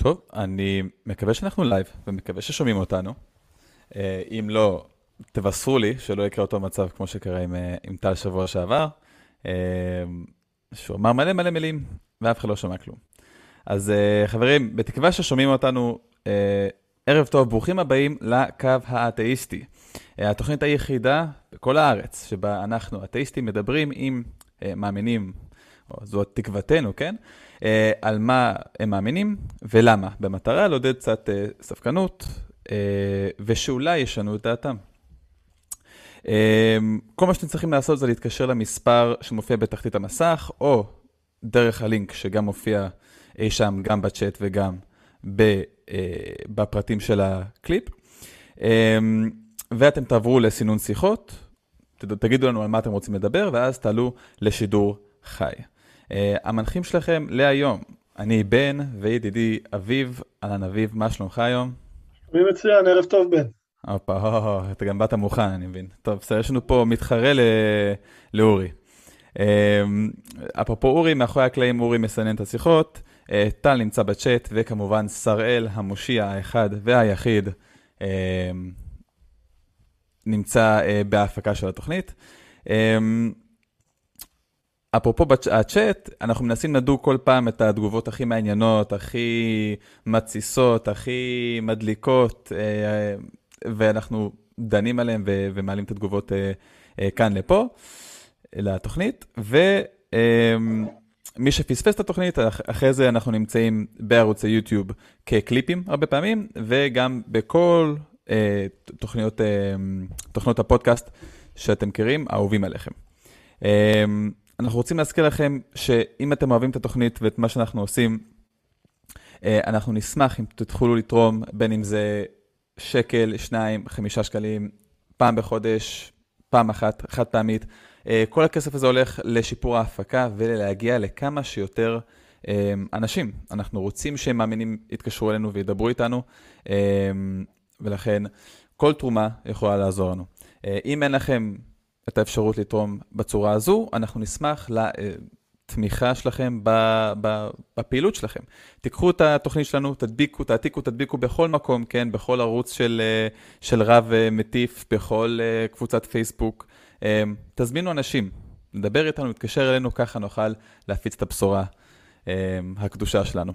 טוב, אני מקווה שאנחנו לייב, ומקווה ששומעים אותנו. אם לא, תבשרו לי שלא יקרה אותו מצב כמו שקרה עם טל שבוע שעבר, שהוא אמר מלא מלא מילים, ואף אחד לא שומע כלום. אז חברים, בתקווה ששומעים אותנו, ערב טוב, ברוכים הבאים לקו האתאיסטי. התוכנית היחידה בכל הארץ, שבה אנחנו, אתאיסטים, מדברים עם מאמינים, או זו תקוותנו, כן? על מה הם מאמינים ולמה, במטרה לעודד קצת ספקנות, ושאולי ישנו את דעתם. כל מה שאתם צריכים לעשות זה להתקשר למספר שמופיע בתחתית המסך, או דרך הלינק שגם מופיע אי שם, גם בצ'אט וגם בפרטים של הקליפ. ואתם תעברו לסינון שיחות, תגידו לנו על מה אתם רוצים לדבר, ואז תעלו לשידור חי. המנחים שלכם להיום, אני בן וידידי אביב, אהלן אביב, מה שלומך היום? מי מצוין, ערב טוב בן. אתה גם באת מוכן, אני מבין. טוב, בסדר, יש לנו פה מתחרה לאורי. אפרופו אורי, מאחורי הקלעים אורי מסנן את השיחות, טל נמצא בצ'אט, וכמובן שראל, המושיע האחד והיחיד, נמצא בהפקה של התוכנית. אפרופו הצ'אט, אנחנו מנסים לדוג כל פעם את התגובות הכי מעניינות, הכי מתסיסות, הכי מדליקות, ואנחנו דנים עליהם ומעלים את התגובות כאן לפה, לתוכנית. ומי שפספס את התוכנית, אחרי זה אנחנו נמצאים בערוץ היוטיוב כקליפים הרבה פעמים, וגם בכל תוכניות הפודקאסט שאתם מכירים, אהובים עליכם. אנחנו רוצים להזכיר לכם שאם אתם אוהבים את התוכנית ואת מה שאנחנו עושים, אנחנו נשמח אם תתחילו לתרום, בין אם זה שקל, 2, 5 שקלים, פעם בחודש, פעם אחת, חד פעמית. כל הכסף הזה הולך לשיפור ההפקה ולהגיע לכמה שיותר אנשים. אנחנו רוצים שהם מאמינים יתקשרו אלינו וידברו איתנו, ולכן כל תרומה יכולה לעזור לנו. אם אין לכם את האפשרות לתרום בצורה הזו, אנחנו נשמח לתמיכה שלכם בפעילות שלכם. תיקחו את התוכנית שלנו, תדביקו בכל מקום, כן? בכל ערוץ של רב מטיף, בכל קבוצת פייסבוק. תזמינו אנשים, נדבר איתנו, נתקשר אלינו, ככה נוכל להפיץ את הבשורה הקדושה שלנו.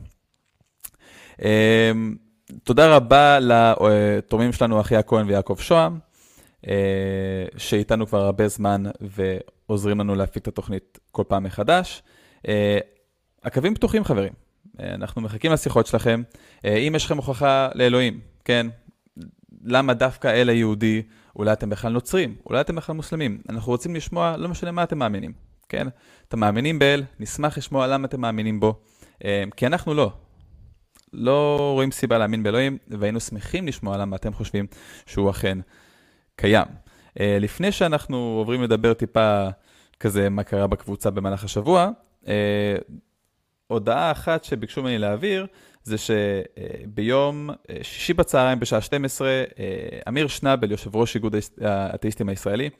תודה רבה לתורמים שלנו, אחי הכהן ויעקב שוהם, שאיתנו כבר הרבה זמן ועוזרים לנו להפיק את התוכנית כל פעם מחדש. הקווים פתוחים, חברים. אנחנו מחכים לשיחות שלכם. אם יש לכם הוכחה לאלוהים, כן? למה דווקא אל היהודי? אולי אתם בכלל נוצרים, אולי אתם בכלל מוסלמים. אנחנו רוצים לשמוע, לא משנה מה אתם מאמינים, כן? אתם מאמינים באל, נשמח לשמוע למה אתם מאמינים בו, כי אנחנו לא רואים סיבה להאמין באלוהים, והיינו שמחים לשמוע למה אתם חושבים שהוא אכן קיים. לפני שאנחנו עוברים לדבר טיפה כזה מה קרה בקבוצה במהלך השבוע, הודעה אחת שביקשו ממני להעביר, זה שביום שישי בצהריים בשעה 12, אמיר שנבל, יושב ראש איגוד האתאיסטים הישראלי,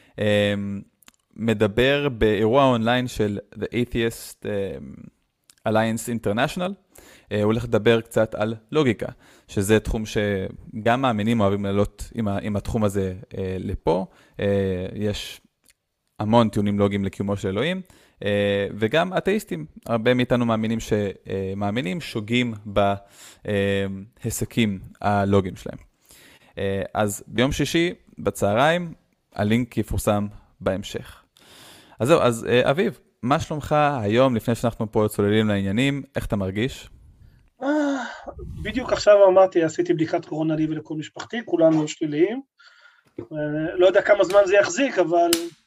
מדבר באירוע אונליין של The Atheist Alliance International. הוא הולך לדבר קצת על לוגיקה, שזה תחום שגם מאמינים אוהבים לעלות עם התחום הזה לפה. יש המון טיעונים לוגיים לקיומו של אלוהים, וגם אתאיסטים, הרבה מאיתנו מאמינים שוגים בהיסקים הלוגיים שלהם. אז ביום שישי בצהריים, הלינק יפורסם בהמשך. אז זהו, אז אביב, מה שלומך היום לפני שאנחנו פה צוללים לעניינים? איך אתה מרגיש? בדיוק עכשיו אמרתי, עשיתי בדיקת קורונה לי ולכל משפחתי, כולנו שליליים. לא יודע כמה זמן זה יחזיק, אבל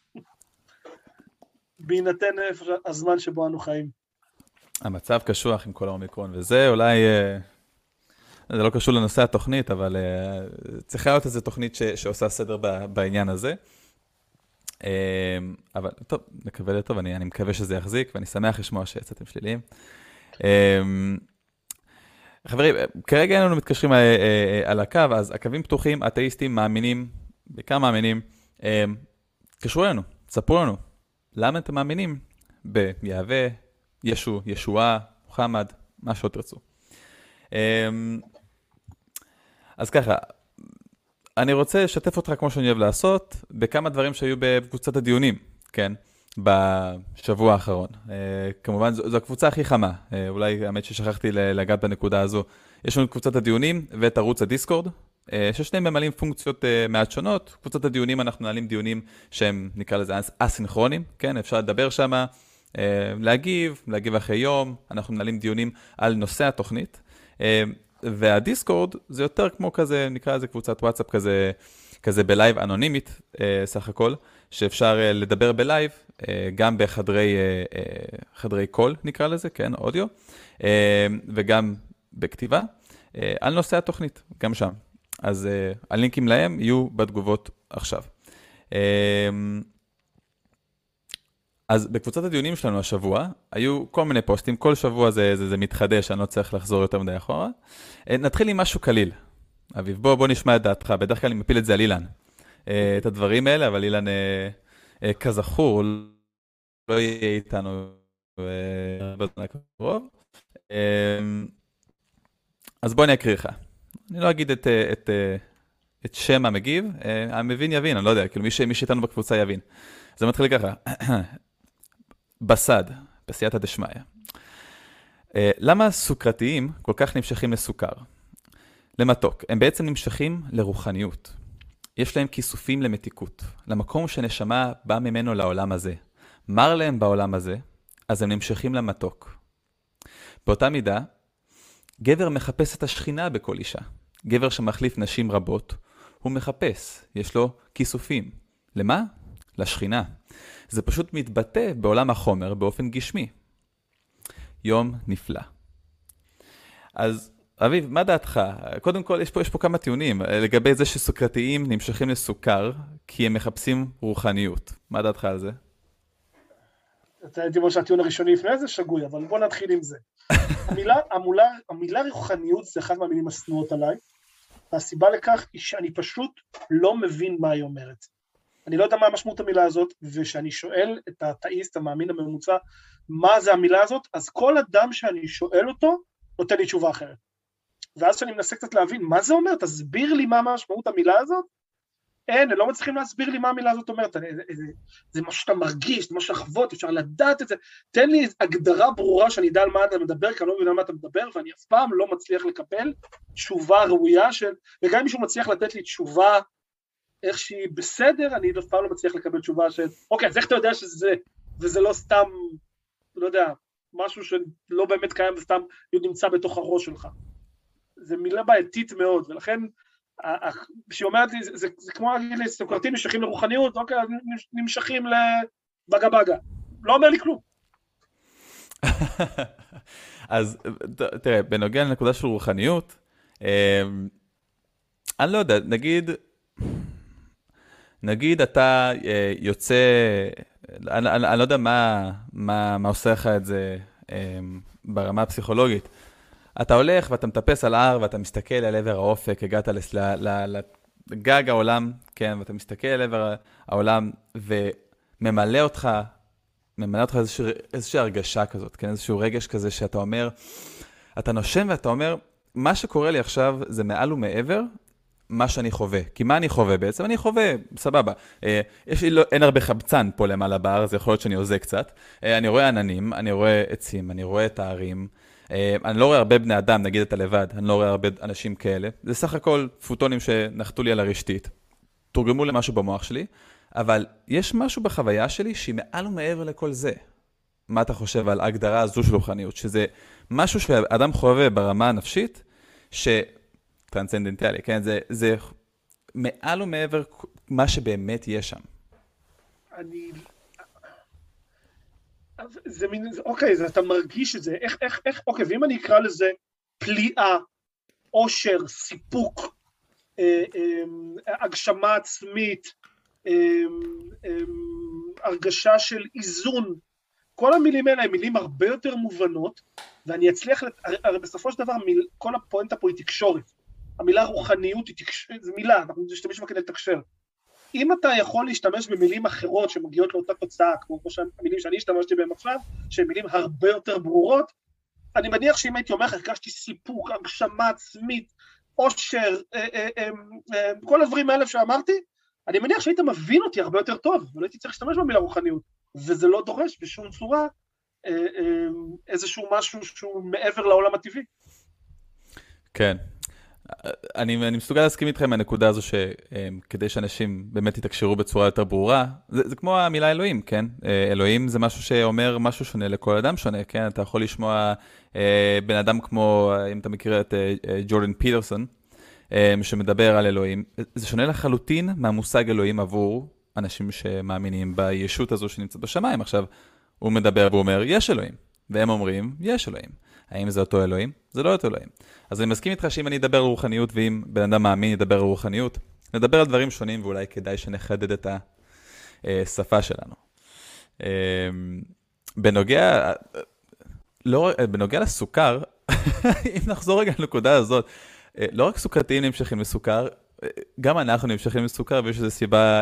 בהינתן הזמן שבו אנו חיים. המצב קשוח עם כל האומיקרון, וזה אולי, זה לא קשור לנושא התוכנית, אבל צריכה להיות איזו תוכנית שעושה סדר בעניין הזה. אבל טוב, נקווה לטוב, אני מקווה שזה יחזיק, ואני שמח לשמוע שיצאתם שליליים. חברים, כרגע איננו מתקשרים על הקו, אז הקווים פתוחים, אתאיסטים, מאמינים, בעיקר מאמינים, תקשרו לנו, תספרו לנו, למה אתם מאמינים ביהווה, ישוע, מוחמד, מה שעוד תרצו. אז ככה, אני רוצה לשתף אותך כמו שאני אוהב לעשות, בכמה דברים שהיו בקבוצת הדיונים, כן? בשבוע האחרון. כמובן, זו הקבוצה הכי חמה. אולי האמת ששכחתי לגעת בנקודה הזו. יש לנו את קבוצת הדיונים ואת ערוץ הדיסקורד, ששניהם ממלאים פונקציות מעט שונות. קבוצת הדיונים, אנחנו מנהלים דיונים שהם, נקרא לזה, אסינכרונים, כן? אפשר לדבר שם, להגיב אחרי יום. אנחנו מנהלים דיונים על נושא התוכנית. והדיסקורד זה יותר כמו כזה, נקרא לזה קבוצת וואטסאפ כזה בלייב אנונימית, סך הכל, שאפשר לדבר בלייב, גם בחדרי קול, נקרא לזה, כן, אודיו, וגם בכתיבה, על נושא התוכנית, גם שם. אז הלינקים להם יהיו בתגובות עכשיו. אז בקבוצת הדיונים שלנו השבוע, היו כל מיני פוסטים, כל שבוע זה מתחדש, אני לא צריך לחזור יותר מדי אחורה. נתחיל עם משהו קליל. אביב, בוא נשמע את דעתך, בדרך כלל אני מפיל את זה על אילן. את הדברים האלה, אבל אילן כזכור, לא יהיה איתנו בזמן הקרוב. אז בוא אני אקריא לך. אני לא אגיד את שם המגיב, המבין יבין, אני לא יודע, כאילו מי שאיתנו בקבוצה יבין. זה מתחיל ככה. בסד, בסייעתא דשמיא. למה סוכרתיים כל כך נמשכים לסוכר? למתוק. הם בעצם נמשכים לרוחניות. יש להם כיסופים למתיקות, למקום שנשמה בא ממנו לעולם הזה. מר להם בעולם הזה, אז הם נמשכים למתוק. באותה מידה, גבר מחפש את השכינה בכל אישה. גבר שמחליף נשים רבות, הוא מחפש, יש לו כיסופים. למה? לשכינה. זה פשוט מתבטא בעולם החומר באופן גשמי. יום נפלא. אז אביב, מה דעתך? קודם כל, יש פה כמה טיעונים לגבי זה שסוכרתיים נמשכים לסוכר, כי הם מחפשים רוחניות. מה דעתך על זה? הייתי אומר שהטיעון הראשוני לפני זה שגוי, אבל בוא נתחיל עם זה. המילה רוחניות זה אחד מהמילים השנואות עליי, והסיבה לכך היא שאני פשוט לא מבין מה היא אומרת. אני לא יודע מה המשמעות המילה הזאת, ושאני שואל את האתאיסט, המאמין הממוצע, מה זה המילה הזאת, אז כל אדם שאני שואל אותו, נותן לי תשובה אחרת. ואז שאני מנסה קצת להבין, מה זה אומר? תסביר לי מה המשמעות המילה הזאת? אין, הם לא מצליחים להסביר לי מה המילה הזאת אומרת. זה משהו שאתה מרגיש, זה משהו לחוות, אפשר לדעת את זה. תן לי הגדרה ברורה שאני אדע על מה אתה מדבר, כי אני לא מבין על מה אתה מדבר, ואני אף פעם לא מצליח לקבל תשובה ראויה וגם אם מישהו מצליח לתת לי תשובה איך שהיא בסדר, אני אף פעם לא מצליח לקבל תשובה אוקיי, אז איך אתה יודע שזה, וזה לא סתם, לא יודע, משהו שלא באמת קיים, וסתם נמצא בתוך הראש שלך. זה מילה בעייתית מאוד, ולכן, כשהיא אומרת לי, זה כמו להגיד לי, סוכרתיים נמשכים לרוחניות, אוקיי, נמשכים לבגה בגה. לא אומר לי כלום. אז תראה, בנוגע לנקודה של רוחניות, אני לא יודע, נגיד אתה יוצא, אני לא יודע מה עושה לך את זה ברמה הפסיכולוגית. אתה הולך ואתה מטפס על הר ואתה מסתכל על עבר האופק, הגעת לגג העולם, כן, ואתה מסתכל על עבר העולם וממלא אותך איזושהי הרגשה כזאת, כן, איזשהו רגש כזה שאתה אומר, אתה נושם ואתה אומר, מה שקורה לי עכשיו זה מעל ומעבר, מה שאני חווה. כי מה אני חווה בעצם? אני חווה, סבבה. אין הרבה חבצן פה למעלה בהר, זה יכול להיות שאני עוזה קצת. אני רואה עננים, אני רואה עצים, אני רואה את הערים. אני לא רואה הרבה בני אדם, נגיד את הלבד, אני לא רואה הרבה אנשים כאלה. זה סך הכל פוטונים שנחתו לי על הרשתית. תורגמו למשהו במוח שלי, אבל יש משהו בחוויה שלי שהיא מעל ומעבר לכל זה. מה אתה חושב על ההגדרה הזו של רוחניות? שזה משהו שאדם חווה ברמה הנפשית, טרנסצנדנטלי, כן? זה מעל ומעבר מה שבאמת יש שם. אוקיי, אז אתה מרגיש את זה, אוקיי, ואם אני אקרא לזה פליאה, אושר, סיפוק, הגשמה עצמית, הרגשה של איזון, כל המילים האלה הם מילים הרבה יותר מובנות, ואני אצליח, הרי בסופו של דבר, כל הפואנטה פה היא תקשורת. המילה רוחניות היא זו מילה, אנחנו נשתמש בה כדי לתקשר. אם אתה יכול להשתמש במילים אחרות שמגיעות לאותה תוצאה, כמו המילים שאני השתמשתי בהם עכשיו, שהן מילים הרבה יותר ברורות, אני מניח שאם הייתי אומר, הרגשתי סיפוק, הגשמה עצמית, עושר, כל הדברים האלה שאמרתי, אני מניח שהיית מבין אותי הרבה יותר טוב, ולא הייתי צריך להשתמש במילה רוחניות, וזה לא דורש בשום צורה איזשהו משהו שהוא מעבר לעולם הטבעי. כן. אני מסוגל להסכים איתכם מהנקודה הזו שכדי שאנשים באמת יתקשרו בצורה יותר ברורה, זה כמו המילה אלוהים, כן? אלוהים זה משהו שאומר משהו שונה לכל אדם שונה, כן? אתה יכול לשמוע בן אדם כמו, אם אתה מכיר את ג'ורדן פיטרסון, שמדבר על אלוהים. זה שונה לחלוטין מהמושג אלוהים עבור אנשים שמאמינים בישות הזו שנמצאת בשמיים. עכשיו, הוא מדבר והוא אומר, יש אלוהים. והם אומרים, יש אלוהים. האם זה אותו אלוהים? זה לא אותו אלוהים. אז אני מסכים איתך שאם אני אדבר על רוחניות, ואם בן אדם מאמין ידבר על רוחניות, נדבר על דברים שונים, ואולי כדאי שנחדד את השפה שלנו. בנוגע לסוכר, אם נחזור רגע לנקודה הזאת, לא רק סוכרתיים נמשכים לסוכר, גם אנחנו נמשכים לסוכר, ויש איזו סיבה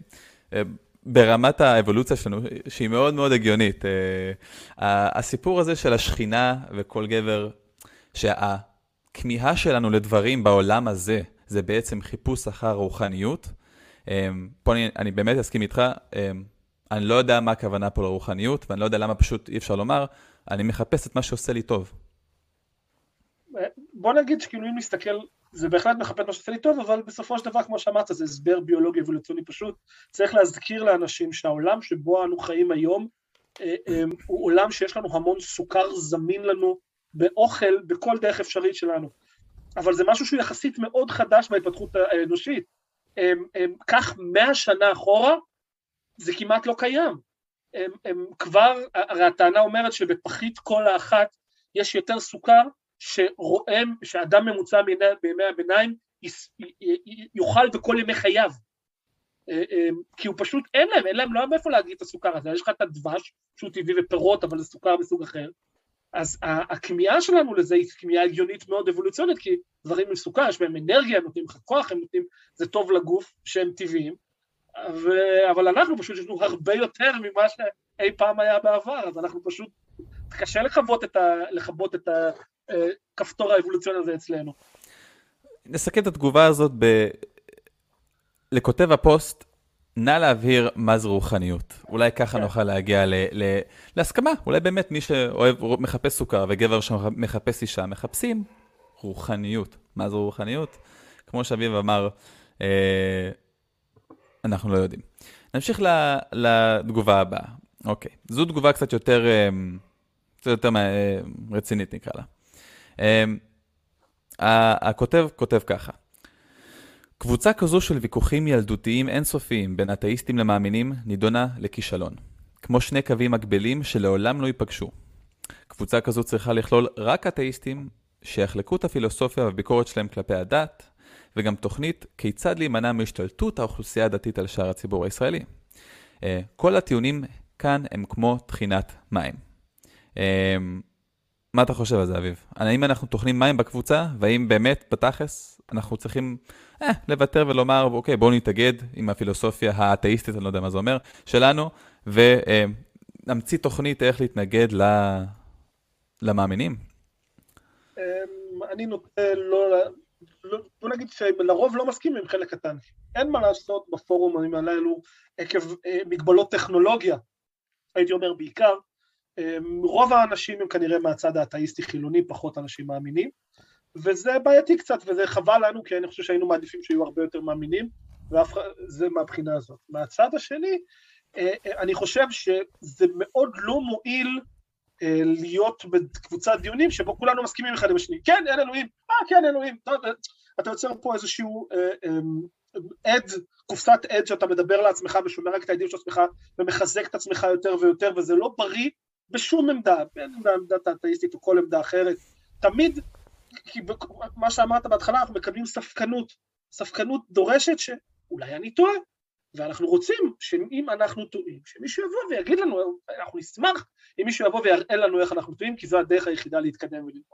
ברמת האבולוציה שלנו, שהיא מאוד מאוד הגיונית. הסיפור הזה של השכינה וכל גבר, שהכמיהה שלנו לדברים בעולם הזה, זה בעצם חיפוש אחר רוחניות. פה אני באמת אסכים איתך, אני לא יודע מה הכוונה פה לרוחניות, ואני לא יודע למה פשוט אי אפשר לומר, אני מחפש את מה שעושה לי טוב. בוא נגיד שכאילו אם נסתכל, זה בהחלט מחפש מה שעושה לי טוב, אבל בסופו של דבר, כמו שאמרת, זה הסבר ביולוגי אבולוציוני פשוט. צריך להזכיר לאנשים שהעולם שבו אנו חיים היום, הוא עולם שיש לנו המון סוכר זמין לנו באוכל, בכל דרך אפשרית שלנו. אבל זה משהו שהוא יחסית מאוד חדש בהתפתחות האנושית. כך 100 שנה אחורה, זה כמעט לא קיים. כבר, הרי הטענה אומרת שבפחית כל האחת יש יותר סוכר, שאדם ממוצע בימי הביניים יאכל בכל ימי חייו. כי הוא פשוט, אין להם לא מאיפה להגיד את הסוכר הזה, יש לך את הדבש, שהוא טבעי ופירות, אבל זה סוכר מסוג אחר. אז הכמיהה שלנו לזה היא כמיהה הגיונית מאוד אבולוציונית, כי דברים עם סוכר, יש בהם אנרגיה, הם נותנים לך כוח, זה טוב לגוף שהם טבעיים, אבל אנחנו פשוט יש לנו הרבה יותר ממה שאי פעם היה בעבר, אז אנחנו פשוט, קשה לכבות את הכפתור האבולוציוני הזה אצלנו. נסכם את התגובה הזאת לכותב הפוסט, נא להבהיר מה זה רוחניות. אולי ככה נוכל להגיע להסכמה. אולי באמת מי שאוהב מחפש סוכר וגבר שמחפש אישה, מחפשים רוחניות. מה זה רוחניות? כמו שאביב אמר, אנחנו לא יודעים. נמשיך לתגובה הבאה. אוקיי. זו תגובה קצת יותר רצינית נקרא לה. הכותב כותב ככה. קבוצה כזו של ויכוחים ילדותיים אינסופיים בין אתאיסטים למאמינים נידונה לכישלון. כמו שני קווים מקבילים שלעולם לא ייפגשו. קבוצה כזו צריכה לכלול רק אתאיסטים שיחלקו את הפילוסופיה והביקורת שלהם כלפי הדת, וגם תוכנית כיצד להימנע מהשתלטות האוכלוסייה הדתית על שאר הציבור הישראלי. כל הטיעונים כאן הם כמו תחינת מים. מה אתה חושב על זה, אביב? האם אנחנו טוחנים מים בקבוצה, והאם באמת בתכלס אנחנו צריכים לוותר ולומר, אוקיי, בואו נתאגד עם הפילוסופיה האתאיסטית, אני לא יודע מה זה אומר, שלנו, ונמציא תוכנית איך להתנגד למאמינים? אני נוטה בוא נגיד שלרוב לא מסכים עם חלק קטן. אין מה לעשות בפורומים הללו, עקב מגבלות טכנולוגיה, הייתי אומר בעיקר, רוב האנשים הם כנראה מהצד האתאיסטי חילוני, פחות אנשים מאמינים, וזה בעייתי קצת, וזה חבל לנו, כי אני חושב שהיינו מעדיפים שיהיו הרבה יותר מאמינים, וזה מהבחינה הזאת. מהצד השני, אני חושב שזה מאוד לא מועיל להיות בקבוצת דיונים, שבו כולנו מסכימים אחד עם השני, כן, אין אלוהים, כן, אלוהים, טוב, אתה יוצר פה איזשהו קופסת עד שאתה מדבר לעצמך, ושומר רק את העדים של עצמך, ומחזק את עצמך יותר ויותר, וזה לא בריא בשום עמדה, בין עמדת האתאיסטית או כל עמדה אחרת, תמיד, כי מה שאמרת בהתחלה, אנחנו מקבלים ספקנות, ספקנות דורשת שאולי אני טועה, ואנחנו רוצים שאם אנחנו טועים, שמישהו יבוא ויגיד לנו, אנחנו נשמח אם מישהו יבוא ויראה לנו איך אנחנו טועים, כי זו הדרך היחידה להתקדם וללמוד.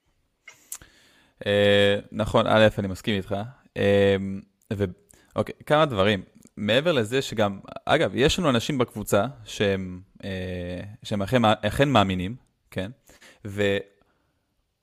נכון, א', אני מסכים איתך. אוקיי, כמה דברים. מעבר לזה שגם, אגב, יש לנו אנשים בקבוצה שהם אכן מאמינים, כן?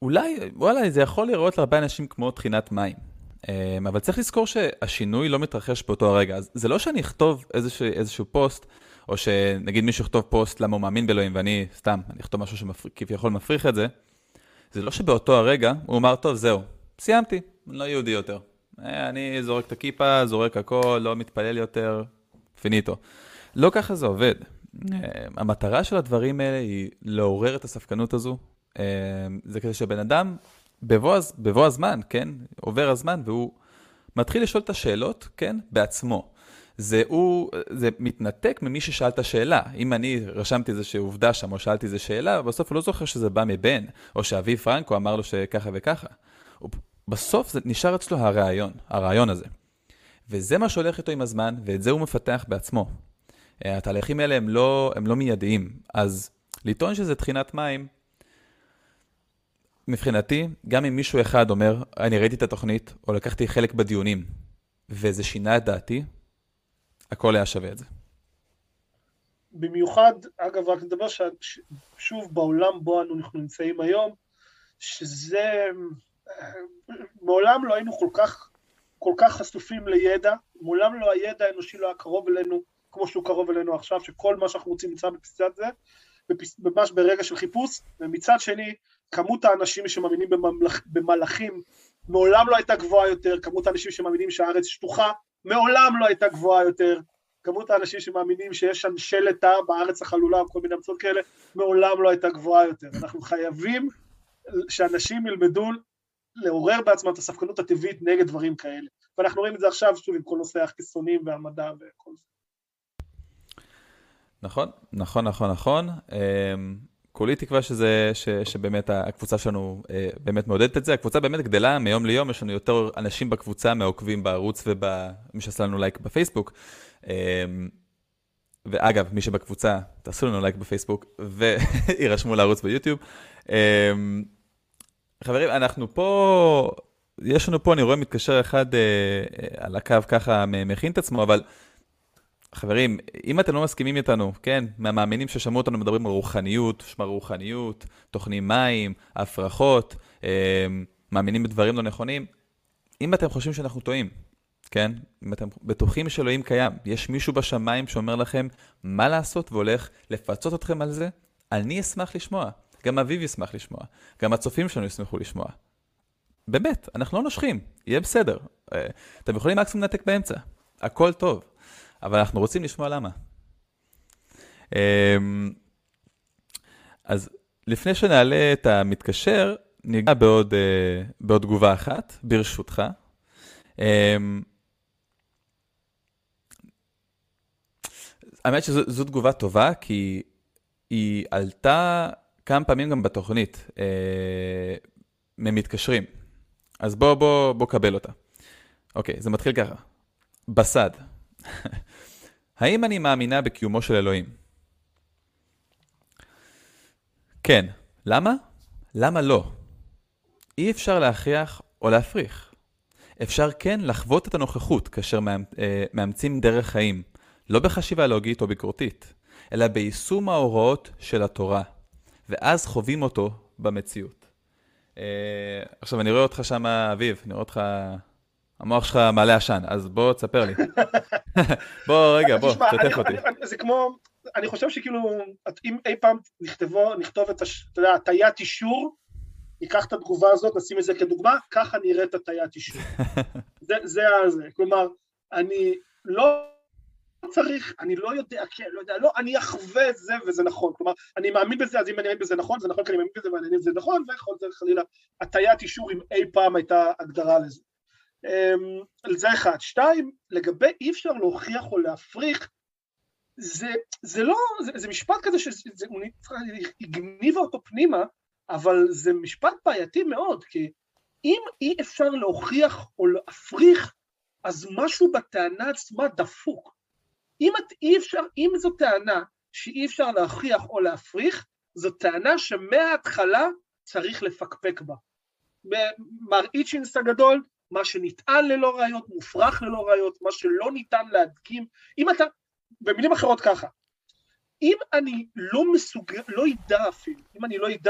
אולי, וואלה, זה יכול לראות להרבה אנשים כמו תחינת מים. אבל צריך לזכור שהשינוי לא מתרחש באותו הרגע. אז זה לא שאני אכתוב איזשהו פוסט, או שנגיד מישהו יכתוב פוסט למה הוא מאמין באלוהים, ואני סתם, אני אכתוב משהו שכביכול מפריך את זה. זה לא שבאותו הרגע הוא אמר, טוב, זהו, סיימתי, אני לא יהודי יותר. אני זורק את הכיפה, זורק הכל, לא מתפלל יותר, פיניטו. לא ככה זה עובד. המטרה של הדברים האלה היא לעורר את הספקנות הזו. זה כדי שבן אדם, בבוא הזמן, כן, עובר הזמן, והוא מתחיל לשאול את השאלות, כן, בעצמו. זה מתנתק ממי ששאל את השאלה. אם אני רשמתי איזושהי עובדה שם, או שאלתי איזו שאלה, בסוף הוא לא זוכר שזה בא מבן, או שאבי פרנקו אמר לו שככה וככה. בסוף זה נשאר אצלו הרעיון הזה. וזה מה שהולך איתו עם הזמן, ואת זה הוא מפתח בעצמו. התהליכים האלה הם לא מיידיים. אז לטעון שזה תחינת מים, מבחינתי, גם אם מישהו אחד אומר, אני ראיתי את התוכנית, או לקחתי חלק בדיונים, וזה שינה את דעתי, הכל היה שווה את זה. במיוחד, אגב, רק נדבר שוב בעולם בו אנחנו נמצאים היום, שזה, מעולם לא היינו כל כך חשופים לידע, מעולם לא הידע האנושי לא היה קרוב אלינו, כמו שהוא קרוב אלינו עכשיו, שכל מה שאנחנו רוצים נמצא בפסקת זה, ממש ברגע של חיפוש, ומצד שני, כמות האנשים שמאמינים במלאכים, מעולם לא הייתה גבוהה יותר, כמות האנשים שמאמינים שהארץ שטוחה, מעולם לא הייתה גבוהה יותר, כמות האנשים שמאמינים שיש שם שלטה בארץ החלולה, או כל מיני מצאות כאלה, מעולם לא הייתה גבוהה יותר. אנחנו חייבים שאנשים ילמדו לעורר בעצמם את הספקנות הטבעית נגד דברים כאלה. ואנחנו רואים את זה עכשיו, שוב, עם כל נושא החיסונים והמדע וכל זה. נכון. כולי תקווה שבאמת הקבוצה שלנו באמת מעודדת את זה. הקבוצה באמת גדלה מיום ליום, יש לנו יותר אנשים בקבוצה מעוקבים בערוץ ומי שעשה לנו לייק בפייסבוק. ואגב, מי שבקבוצה, תעשו לנו לייק בפייסבוק וירשמו לערוץ ביוטיוב. חברים, יש לנו פה, אני רואה מתקשר אחד על הקו ככה מכין את עצמו, אבל חברים, אם אתם לא מסכימים איתנו, כן, מהמאמינים ששמעו אותנו מדברים על רוחניות, שמר רוחניות, תוכנים מים, הפרחות, מאמינים בדברים לא נכונים, אם אתם חושבים שאנחנו טועים, כן, אם אתם בטוחים שאלוהים קיים, יש מישהו בשמיים שאומר לכם מה לעשות והולך לפצות אתכם על זה, אני אשמח לשמוע, גם אביב ישמח לשמוע, גם הצופים שלנו ישמחו לשמוע. באמת, אנחנו לא נושכים, יהיה בסדר. אתם יכולים מקסימום לנתק באמצע, הכל טוב. אבל אנחנו רוצים לשמוע למה. אז לפני שנעלה את המתקשר, ניגע בעוד תגובה אחת, ברשותך. האמת שזו תגובה טובה, כי היא עלתה כמה פעמים גם בתוכנית, ממתקשרים. אז בוא קבל אותה. אוקיי, זה מתחיל ככה. בסד. האם אני מאמינה בקיומו של אלוהים? כן. למה? למה לא? אי אפשר להכריח או להפריך. אפשר כן לחוות את הנוכחות כאשר מאמצים דרך חיים, לא בחשיבה לוגית או ביקורתית, אלא ביישום ההוראות של התורה, ואז חווים אותו במציאות. עכשיו אני רואה אותך שם, אביב, אני רואה אותך... המוח שלך מעלה עשן, אז בוא תספר לי. בוא, תתף אותי. זה כמו, אני חושב שכאילו, אם אי פעם נכתוב את, אתה יודע, הטיית אישור, ניקח את התגובה הזאת, נשים את זה כדוגמה, ככה נראה את הטיית אישור. זה, כלומר, אני לא צריך, אני לא יודע, כן, לא יודע, לא, אני אחווה את זה וזה נכון, כלומר, אני מאמין בזה, אז אם אני מאמין בזה נכון, זה נכון, כי אני מאמין בזה ואני מאמין בזה נכון, ויכול להיות חלילה, הטיית אישור, אם אי פעם הייתה הגדרה לזה. זה אחד. שתיים, לגבי אי אפשר להוכיח או להפריך, זה לא, זה משפט כזה שהוא הגניבה אותו פנימה, אבל זה משפט בעייתי מאוד, כי אם אי אפשר להוכיח או להפריך, אז משהו בטענה עצמה דפוק. אם זו טענה שאי אפשר להוכיח או להפריך, זו טענה שמההתחלה צריך לפקפק בה. מר איצ'ינס הגדול, מה שניתן ללא ראיות, מופרך ללא ראיות, מה שלא ניתן להדגים, אם אתה, במילים אחרות ככה, אם אני לא ידע אפילו, אם אני לא ידע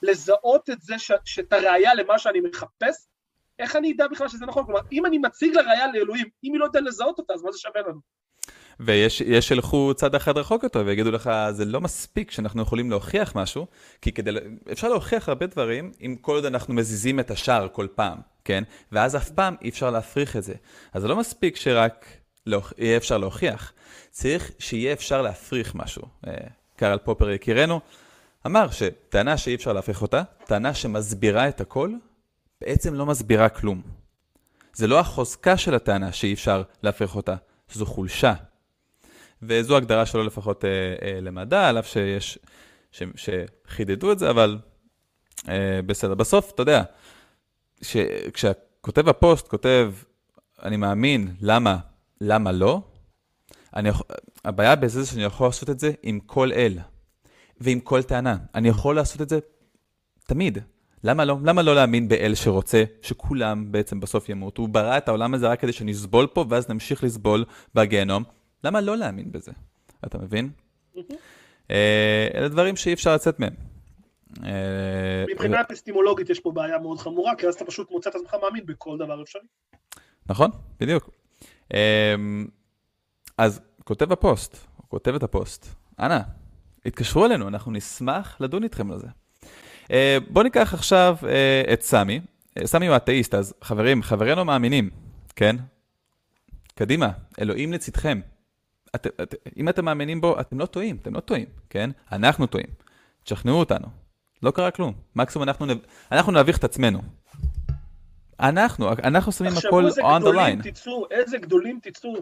לזהות את זה, שאת הראייה למה שאני מחפש, איך אני אדע בכלל שזה נכון? כלומר, אם אני מציג לראייה לאלוהים, אם היא לא יודע לזהות אותה, אז מה זה שווה לנו? ויש ילכו צד אחד רחוק יותר ויגידו לך, זה לא מספיק שאנחנו יכולים להוכיח משהו, כי אפשר להוכיח הרבה דברים אם כל עוד אנחנו מזיזים את השער כל פעם, כן? ואז אף פעם אי אפשר להפריך את זה. אז זה לא מספיק שרק יהיה אפשר להוכיח, צריך שיהיה אפשר להפריך משהו. קרל פופר יקירנו אמר שטענה שאי אפשר להפריך אותה, טענה שמסבירה את הכל, בעצם לא מסבירה כלום. זה לא החוזקה של הטענה שאי אפשר להפריך אותה, זו חולשה. וזו הגדרה שלו לפחות למדע, עליו שחידדו את זה, אבל בסדר. בסוף, אתה יודע, כשכותב הפוסט, כותב, אני מאמין, למה לא? הבעיה בזה שאני יכול לעשות את זה עם כל אל, ועם כל טענה. אני יכול לעשות את זה תמיד. למה לא? למה לא להאמין באל שרוצה שכולם בעצם בסוף ימותו? הוא ברא את העולם הזה רק כדי שנסבול פה, ואז נמשיך לסבול בגיהנום. למה לא להאמין בזה? אתה מבין? אלה דברים שאי אפשר לצאת מהם. מבחינה אפיסטימולוגית יש פה בעיה מאוד חמורה, כי אז אתה פשוט מוצא את עצמך מאמין בכל דבר אפשרי. נכון, בדיוק. אז כותב הפוסט, או כותב את הפוסט, אנא, התקשרו אלינו, אנחנו נשמח לדון איתכם לזה. בוא ניקח עכשיו את סמי. סמי הוא אתאיסט, אז חברינו מאמינים, כן? קדימה, אלוהים לצדכם. אם אתם מאמינים בו, אתם לא טועים, כן? אנחנו טועים. תשכנעו אותנו. לא קרה כלום. מקסימום אנחנו נביך את עצמנו. אנחנו שמים הכל on the line. איזה גדולים תצאו.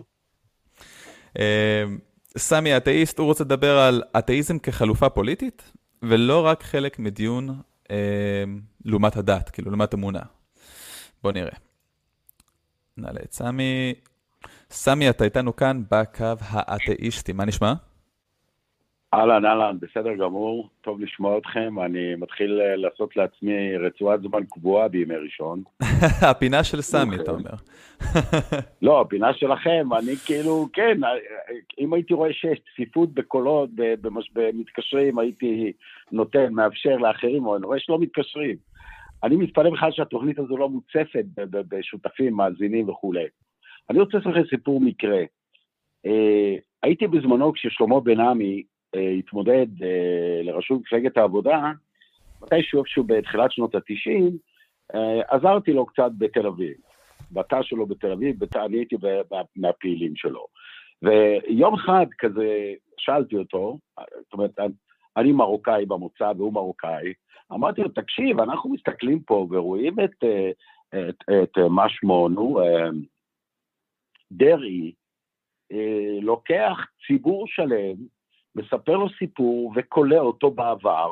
סמי האתאיסט, הוא רוצה לדבר על אתאיזם כחלופה פוליטית, ולא רק חלק מדיון לעומת הדת, כאילו לעומת אמונה. בוא נראה. נעלה את סמי. סמי, אתה איתנו כאן בקו האתאיסטי, מה נשמע? אהלן, בסדר גמור, טוב לשמוע אתכם, אני מתחיל לעשות לעצמי רצועת זמן קבועה בימי ראשון. הפינה של סמי, אתה אומר. לא, הפינה שלכם, אני כאילו, כן, אם הייתי רואה שיש צפיפות בקולות, במתקשרים, הייתי נותן, מאפשר לאחרים, או אני רואה שלא מתקשרים. אני מתפלא בכלל שהתוכנית הזו לא מוצפת בשותפים, מאזינים וכו'. אני רוצה לספר סיפור מקרה. הייתי בזמנו כששלמה בן עמי התמודד לראשות מפלגת העבודה, מתישהו בתחילת שנות ה-90, עזרתי לו קצת בתל אביב. בתא שלו בתל אביב, אני הייתי מהפעילים שלו. ויום אחד כזה שאלתי אותו, זאת אומרת, אני מרוקאי במוצא והוא מרוקאי, אמרתי לו, תקשיב, אנחנו מסתכלים פה ורואים את מה שמו, דרעי, לוקח ציבור שלם, מספר לו סיפור וקולע אותו בעבר,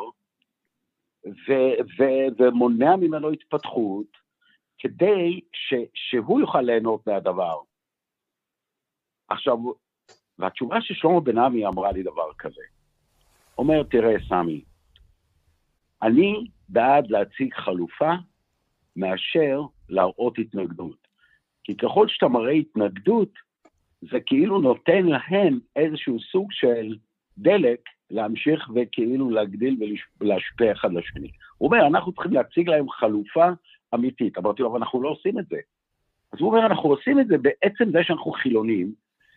ומונע ממנו התפתחות, כדי שהוא יוכל ליהנות מהדבר. עכשיו, והתשובה ששלמה בן עמי אמרה לי דבר כזה, אומר, תראה סמי, אני בעד להציג חלופה, מאשר להראות התנגדות. כי ככל שאתה מראה התנגדות, זה כאילו נותן להם איזשהו סוג של דלק, להמשיך וכאילו להגדיל ולהשפיע אחד לשני. הוא אומר, אנחנו צריכים להציג להם חלופה אמיתית. אמרתי לו, אבל אנחנו לא עושים את זה. אז הוא אומר, אנחנו עושים את זה בעצם זה שאנחנו חילונים,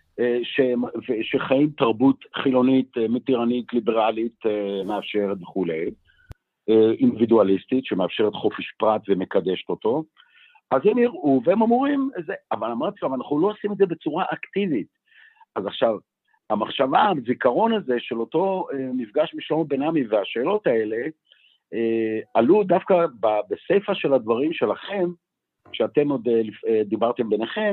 שחיים תרבות חילונית, מתירנית, ליברלית, מאפשרת וכו', אינדיבידואליסטית, שמאפשרת חופש פרט ומקדשת אותו, אז הם יראו, והם אמורים, אבל אמרתי לו, אנחנו לא עושים את זה בצורה אקטיבית. אז עכשיו, המחשבה, הזיכרון הזה של אותו מפגש משלמה בן עמי והשאלות האלה, עלו דווקא בספר של הדברים שלכם, שאתם עוד דיברתם ביניכם,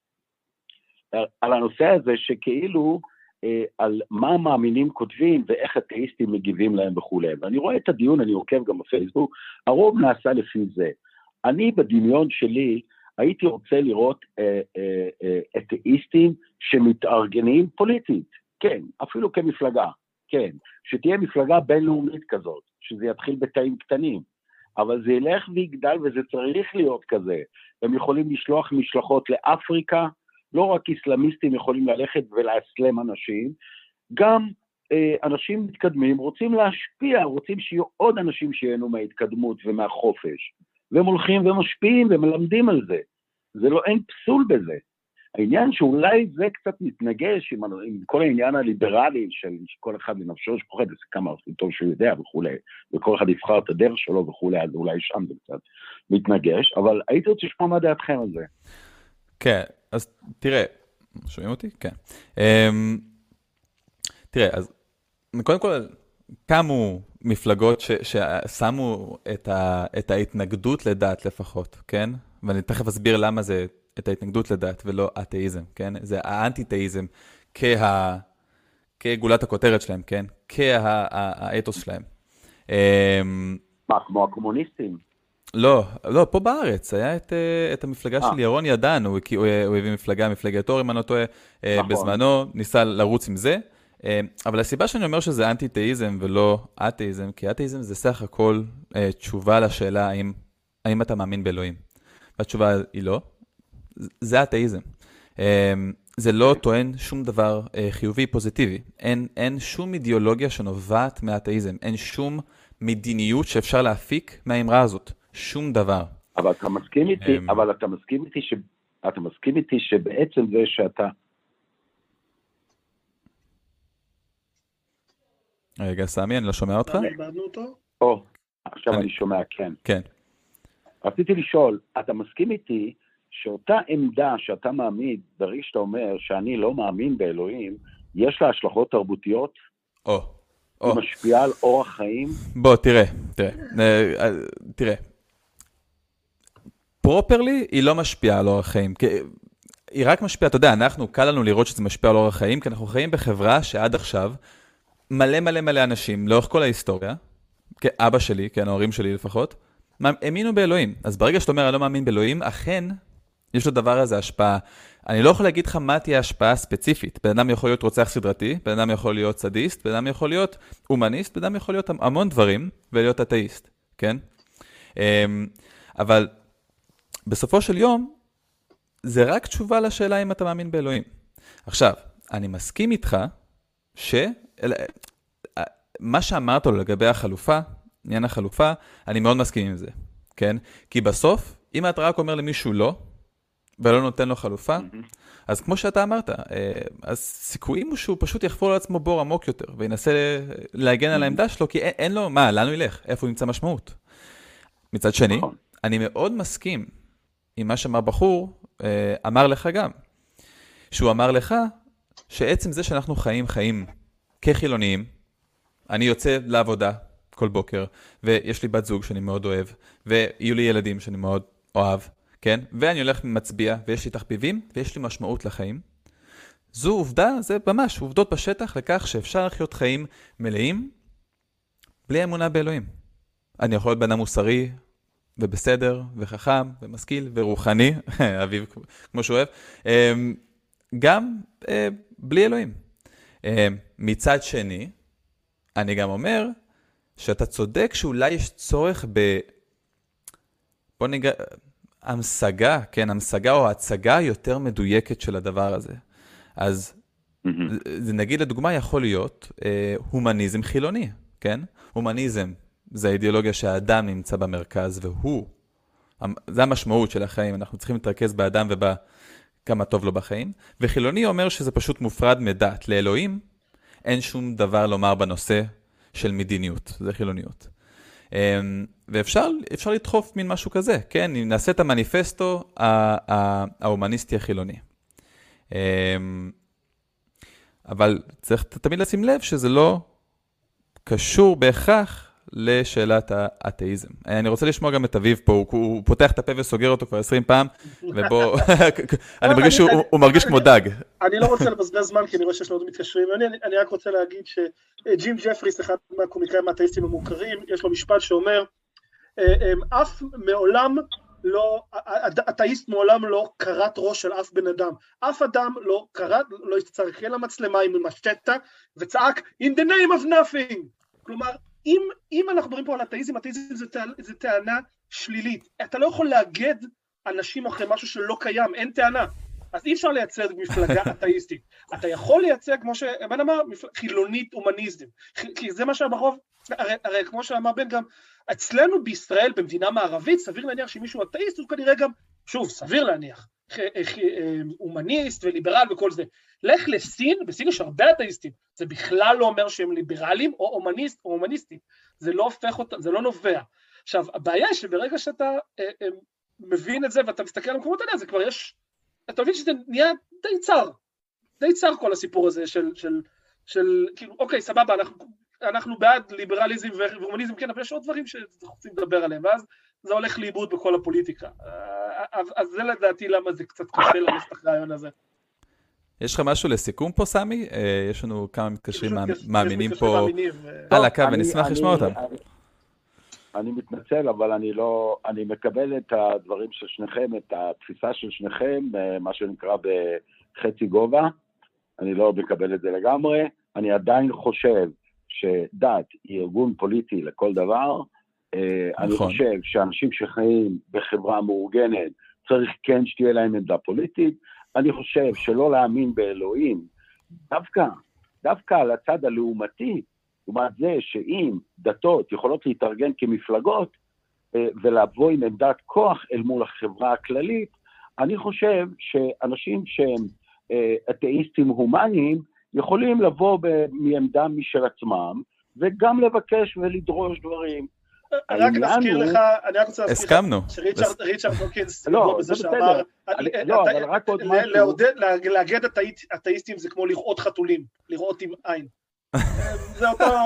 על הנושא הזה שכאילו, על מה המאמינים כותבים ואיך אתאיסטים מגיבים להם וכו'. ואני רואה את הדיון, אני עוקב גם בפייסבוק, הרוב נעשה לפי זה. אני בדמיון שלי הייתי רוצה לראות אתאיסטים שמתארגנים פוליטית, כן, אפילו כמפלגה, כן, שתהיה מפלגה בינלאומית כזאת, שזה יתחיל בתאים קטנים, אבל זה ילך ויגדל וזה צריך להיות כזה. הם יכולים לשלוח משלחות לאפריקה, לא רק איסלאמיסטים יכולים ללכת ולאסלם אנשים, גם אנשים מתקדמים, רוצים להשפיע, רוצים שיהיו עוד אנשים שיהנו מההתקדמות ומהחופש, והם הולכים ומשפיעים ומלמדים על זה. זה לא, אין פסול בזה. העניין שאולי זה קצת מתנגש עם כל העניין הליברלי של כל אחד לנפשו שפוחד, זה כמה טוב שהוא יודע וכולי, וכל אחד יבחר את הדרך שלו וכולי, אז אולי שם זה קצת מתנגש, אבל הייתי רוצה לשמוע מה דעתכם על זה. כן, אז תראה, שומעים אותי? כן. תראה, אז קודם כל, קמו מפלגות ששמו את ההתנגדות לדת לפחות, כן? ואני תכף אסביר למה זה את ההתנגדות לדת ולא אתאיזם, כן? זה האנטי-תאיזם כגולת הכותרת שלהם, כן? כהאתוס שלהם. מה, כמו הקומוניסטים? לא, פה בארץ, היה את המפלגה של ירון ידן, הוא הביא מפלגת אור, אם אני לא טועה, בזמנו, ניסה לרוץ עם זה, אבל הסיבה שאני אומר שזה אנטי-תאיזם ולא אתאיזם, כי אתאיזם זה סך הכל תשובה לשאלה האם אתה מאמין באלוהים. והתשובה היא לא, זה אתאיזם. זה לא טוען שום דבר חיובי, פוזיטיבי. אין שום אידיאולוגיה שנובעת מאתאיזם, אין שום מדיניות שאפשר להפיק מהאמרה הזאת. שום דבר. אבל אתה מסכים איתי, שבעצם זה שאתה... רגע, סמי, אני לא שומע אותך? איבדנו אותו? עכשיו אני שומע, כן. כן. רציתי לשאול, אתה מסכים איתי שאותה עמדה שאתה מעמיד, ברגע שאתה אומר שאני לא מאמין באלוהים, יש לה השלכות תרבותיות? היא משפיעה על אורח חיים? בוא, תראה. פרופרלי היא לא משפיעה על אורח חיים. היא רק משפיעה, אתה יודע, קל לנו לראות שזה משפיע על אורח חיים, כי אנחנו חיים בחברה שעד עכשיו, מלא אנשים, לאורך כל ההיסטוריה, כאבא שלי, כן, ההורים שלי לפחות, האמינו באלוהים. אז ברגע שאתה אומר, אני לא מאמין באלוהים, אכן, יש לדבר הזה השפעה. אני לא יכול להגיד לך מה תהיה השפעה ספציפית. בן אדם יכול להיות רוצח סדרתי, בן אדם יכול להיות סדיסט, בן אדם יכול להיות הומניסט, בן אדם יכול להיות המון דברים, ולהיות אתאיסט, כן? אבל בסופו של יום, זה רק תשובה לשאלה אם אתה מאמין באלוהים. עכשיו, אני מסכים איתך מה שאמרת לו לגבי החלופה, עניין החלופה, אני מאוד מסכים עם זה, כן? כי בסוף, אם אתה רק אומר למישהו לא, ולא נותן לו חלופה, אז כמו שאתה אמרת, אז סיכויים הוא שהוא פשוט יחפור לעצמו בור עמוק יותר, וינסה להגן על העמדה שלו, כי אין לו, לאן הוא ילך? איפה הוא ימצא משמעות? מצד שני, אני מאוד מסכים עם מה שאמר בחור, אמר לך גם, שהוא אמר לך, שעצם זה שאנחנו חיים כחילוניים, אני יוצא לעבודה כל בוקר, ויש לי בת זוג שאני מאוד אוהב, ויהיו לי ילדים שאני מאוד אוהב, כן? ואני הולך מצביע, ויש לי תחביבים, ויש לי משמעות לחיים. זו עובדה, זה ממש עובדות בשטח לכך שאפשר לחיות חיים מלאים, בלי אמונה באלוהים. אני יכול להיות בן אדם מוסרי, ובסדר, וחכם, ומשכיל, ורוחני, אביב כמו שהוא אוהב, גם בלי אלוהים. מצד שני, אני גם אומר שאתה צודק שאולי יש צורך בוא ניגע, המשגה, כן, המשגה או הצגה יותר מדויקת של הדבר הזה. אז זה נגיד לדוגמה יכול להיות הומניזם חילוני, כן? הומניזם זה האידיאולוגיה שהאדם נמצא במרכז והוא, זה המשמעות של החיים, אנחנו צריכים להתרכז באדם כמה טוב לו בחיים, וחילוני אומר שזה פשוט מופרד מדת. לאלוהים אין שום דבר לומר בנושא של מדיניות, זה חילוניות. ואפשר לדחוף מין משהו כזה, כן? אם נעשה את המניפסטו ההומניסטי החילוני. אבל צריך תמיד לשים לב שזה לא קשור בהכרח לשאלת האתאיזם. אני רוצה לשמוע גם את אביב פה, הוא פותח את הפה וסוגר אותו כבר 20 פעם, ובוא, אני מרגיש שהוא מרגיש כמו דג. אני לא רוצה לבזבז זמן, כי אני רואה שיש לנו עוד מתקשרים, אני רק רוצה להגיד שג'ים ג'פריס, אחד מהקומיקאים האתאיסטים המוכרים, יש לו משפט שאומר, אף מעולם לא, אתאיסט מעולם לא קראת ראש של אף בן אדם, אף אדם לא הצטרכה למצלמה עם משטה, וצעק, in the name of nothing, כלומר, אם אנחנו מדברים פה על אתאיזם, אתאיזם זה טענה שלילית. אתה לא יכול לאגד אנשים אחרי משהו שלא קיים, אין טענה. אז אי אפשר לייצג מפלגה אתאיסטית. אתה יכול לייצג, כמו שבן אמר, חילונית הומניזם. כי זה מה שהרוב, הרי כמו שאמר בן גם, אצלנו בישראל, במדינה מערבית, סביר להניח שמישהו אתאיסט, הוא כנראה גם, שוב, סביר להניח, הומניסט וליברל וכל זה. לך לסין, בסין יש הרבה אתאיסטים, זה בכלל לא אומר שהם ליברלים או הומניסט או הומניסטים. זה לא הופך אותם, זה לא נובע. עכשיו, הבעיה היא שברגע שאתה מבין את זה ואתה מסתכל על המקומות האלה, זה כבר יש, אתה מבין שזה נהיה די צר כל הסיפור הזה של כאילו, אוקיי, סבבה, אנחנו בעד ליברליזם והומניזם, כן, אבל יש עוד דברים שאנחנו רוצים לדבר עליהם, ואז זה הולך לאיבוד בכל הפוליטיקה. אז זה לדעתי למה זה קצת קשה ללכת אחרי הרעיון הזה. יש לך משהו לסיכום פה, סמי? יש לנו כמה מתקשרים מאמינים פה על הקו, ונשמח לשמוע אותם. אני מתנצל, אבל אני מקבל את הדברים של שניכם, את התפיסה של שניכם, מה שנקרא בחצי גובה. אני לא מקבל את זה לגמרי. אני עדיין חושב שדת היא ארגון פוליטי לכל דבר. אני חושב שאנשים שחיים בחברה מאורגנת, צריך כן שתהיה להם עמדה פוליטית. אני חושב שלא להאמין באלוהים, דווקא על הצד הלאומתי, זאת אומרת זה שאם דתות יכולות להתארגן כמפלגות, ולבוא עם עמדת כוח אל מול החברה הכללית, אני חושב שאנשים שהם אתאיסטים הומניים, יכולים לבוא מעמדה משל עצמם, וגם לבקש ולדרוש דברים. רק נזכיר לך, אני רק רוצה להזכיר לך, שריצ'רד דוקינס, לא, זה בסדר. לא, אבל רק עוד משהו. לאגד אתאיסטים זה כמו לראות חתולים, לראות עם עין. זה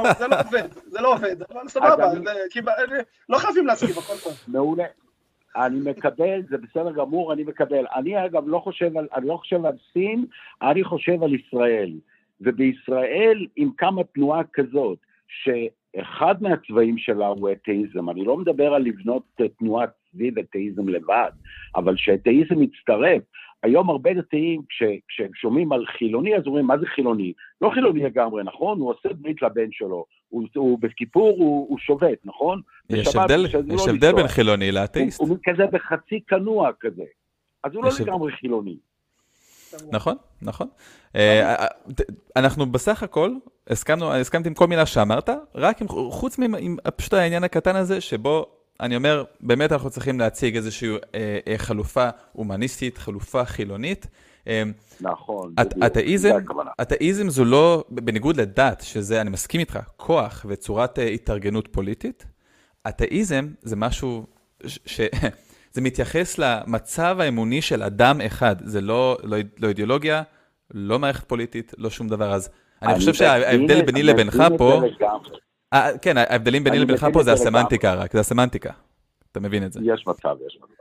לא עובד, אבל סבבה, לא חייבים להסכים, הכל טוב. מעולה. אני מקבל, זה בסדר גמור, אני מקבל. אני אגב לא חושב על סין, אני חושב על ישראל. ובישראל עם כמה תנועה כזאת, שאחד מהצבעים שלה הוא אתאיזם. אני לא מדבר על לבנות תנועה סביב אתאיזם לבד, אבל שאתאיזם מצטרף. היום הרבה דתיים, כשהם שומעים על חילוני, אז אומרים, מה זה חילוני? לא חילוני לגמרי, נכון? הוא עושה ברית לבן שלו. הוא בכיפור, הוא שובת, נכון? יש הבדל בין חילוני לאתאיסט. הוא כזה בחצי קנוע כזה. אז הוא לא לגמרי חילוני. נכון, נכון. אנחנו בסך הכל, הסכמתי עם כל מילה שאמרת, רק חוץ פשוט העניין הקטן הזה, שבו אני אומר, באמת אנחנו צריכים להציג איזושהי חלופה הומניסטית, חלופה חילונית. נכון. אתאיזם זו לא, בניגוד לדת, שזה, אני מסכים איתך, כוח וצורת התארגנות פוליטית, אתאיזם זה משהו זה מתייחס למצב האמוני של אדם אחד. זה לא אידיאולוגיה, לא מערכת פוליטית, לא שום דבר. אז אני חושב שההבדל ביני לבינך פה, כן, ההבדלים ביני לבינך פה זה הסמנטיקה רק, זה הסמנטיקה. אתה מבין את זה. יש מצב.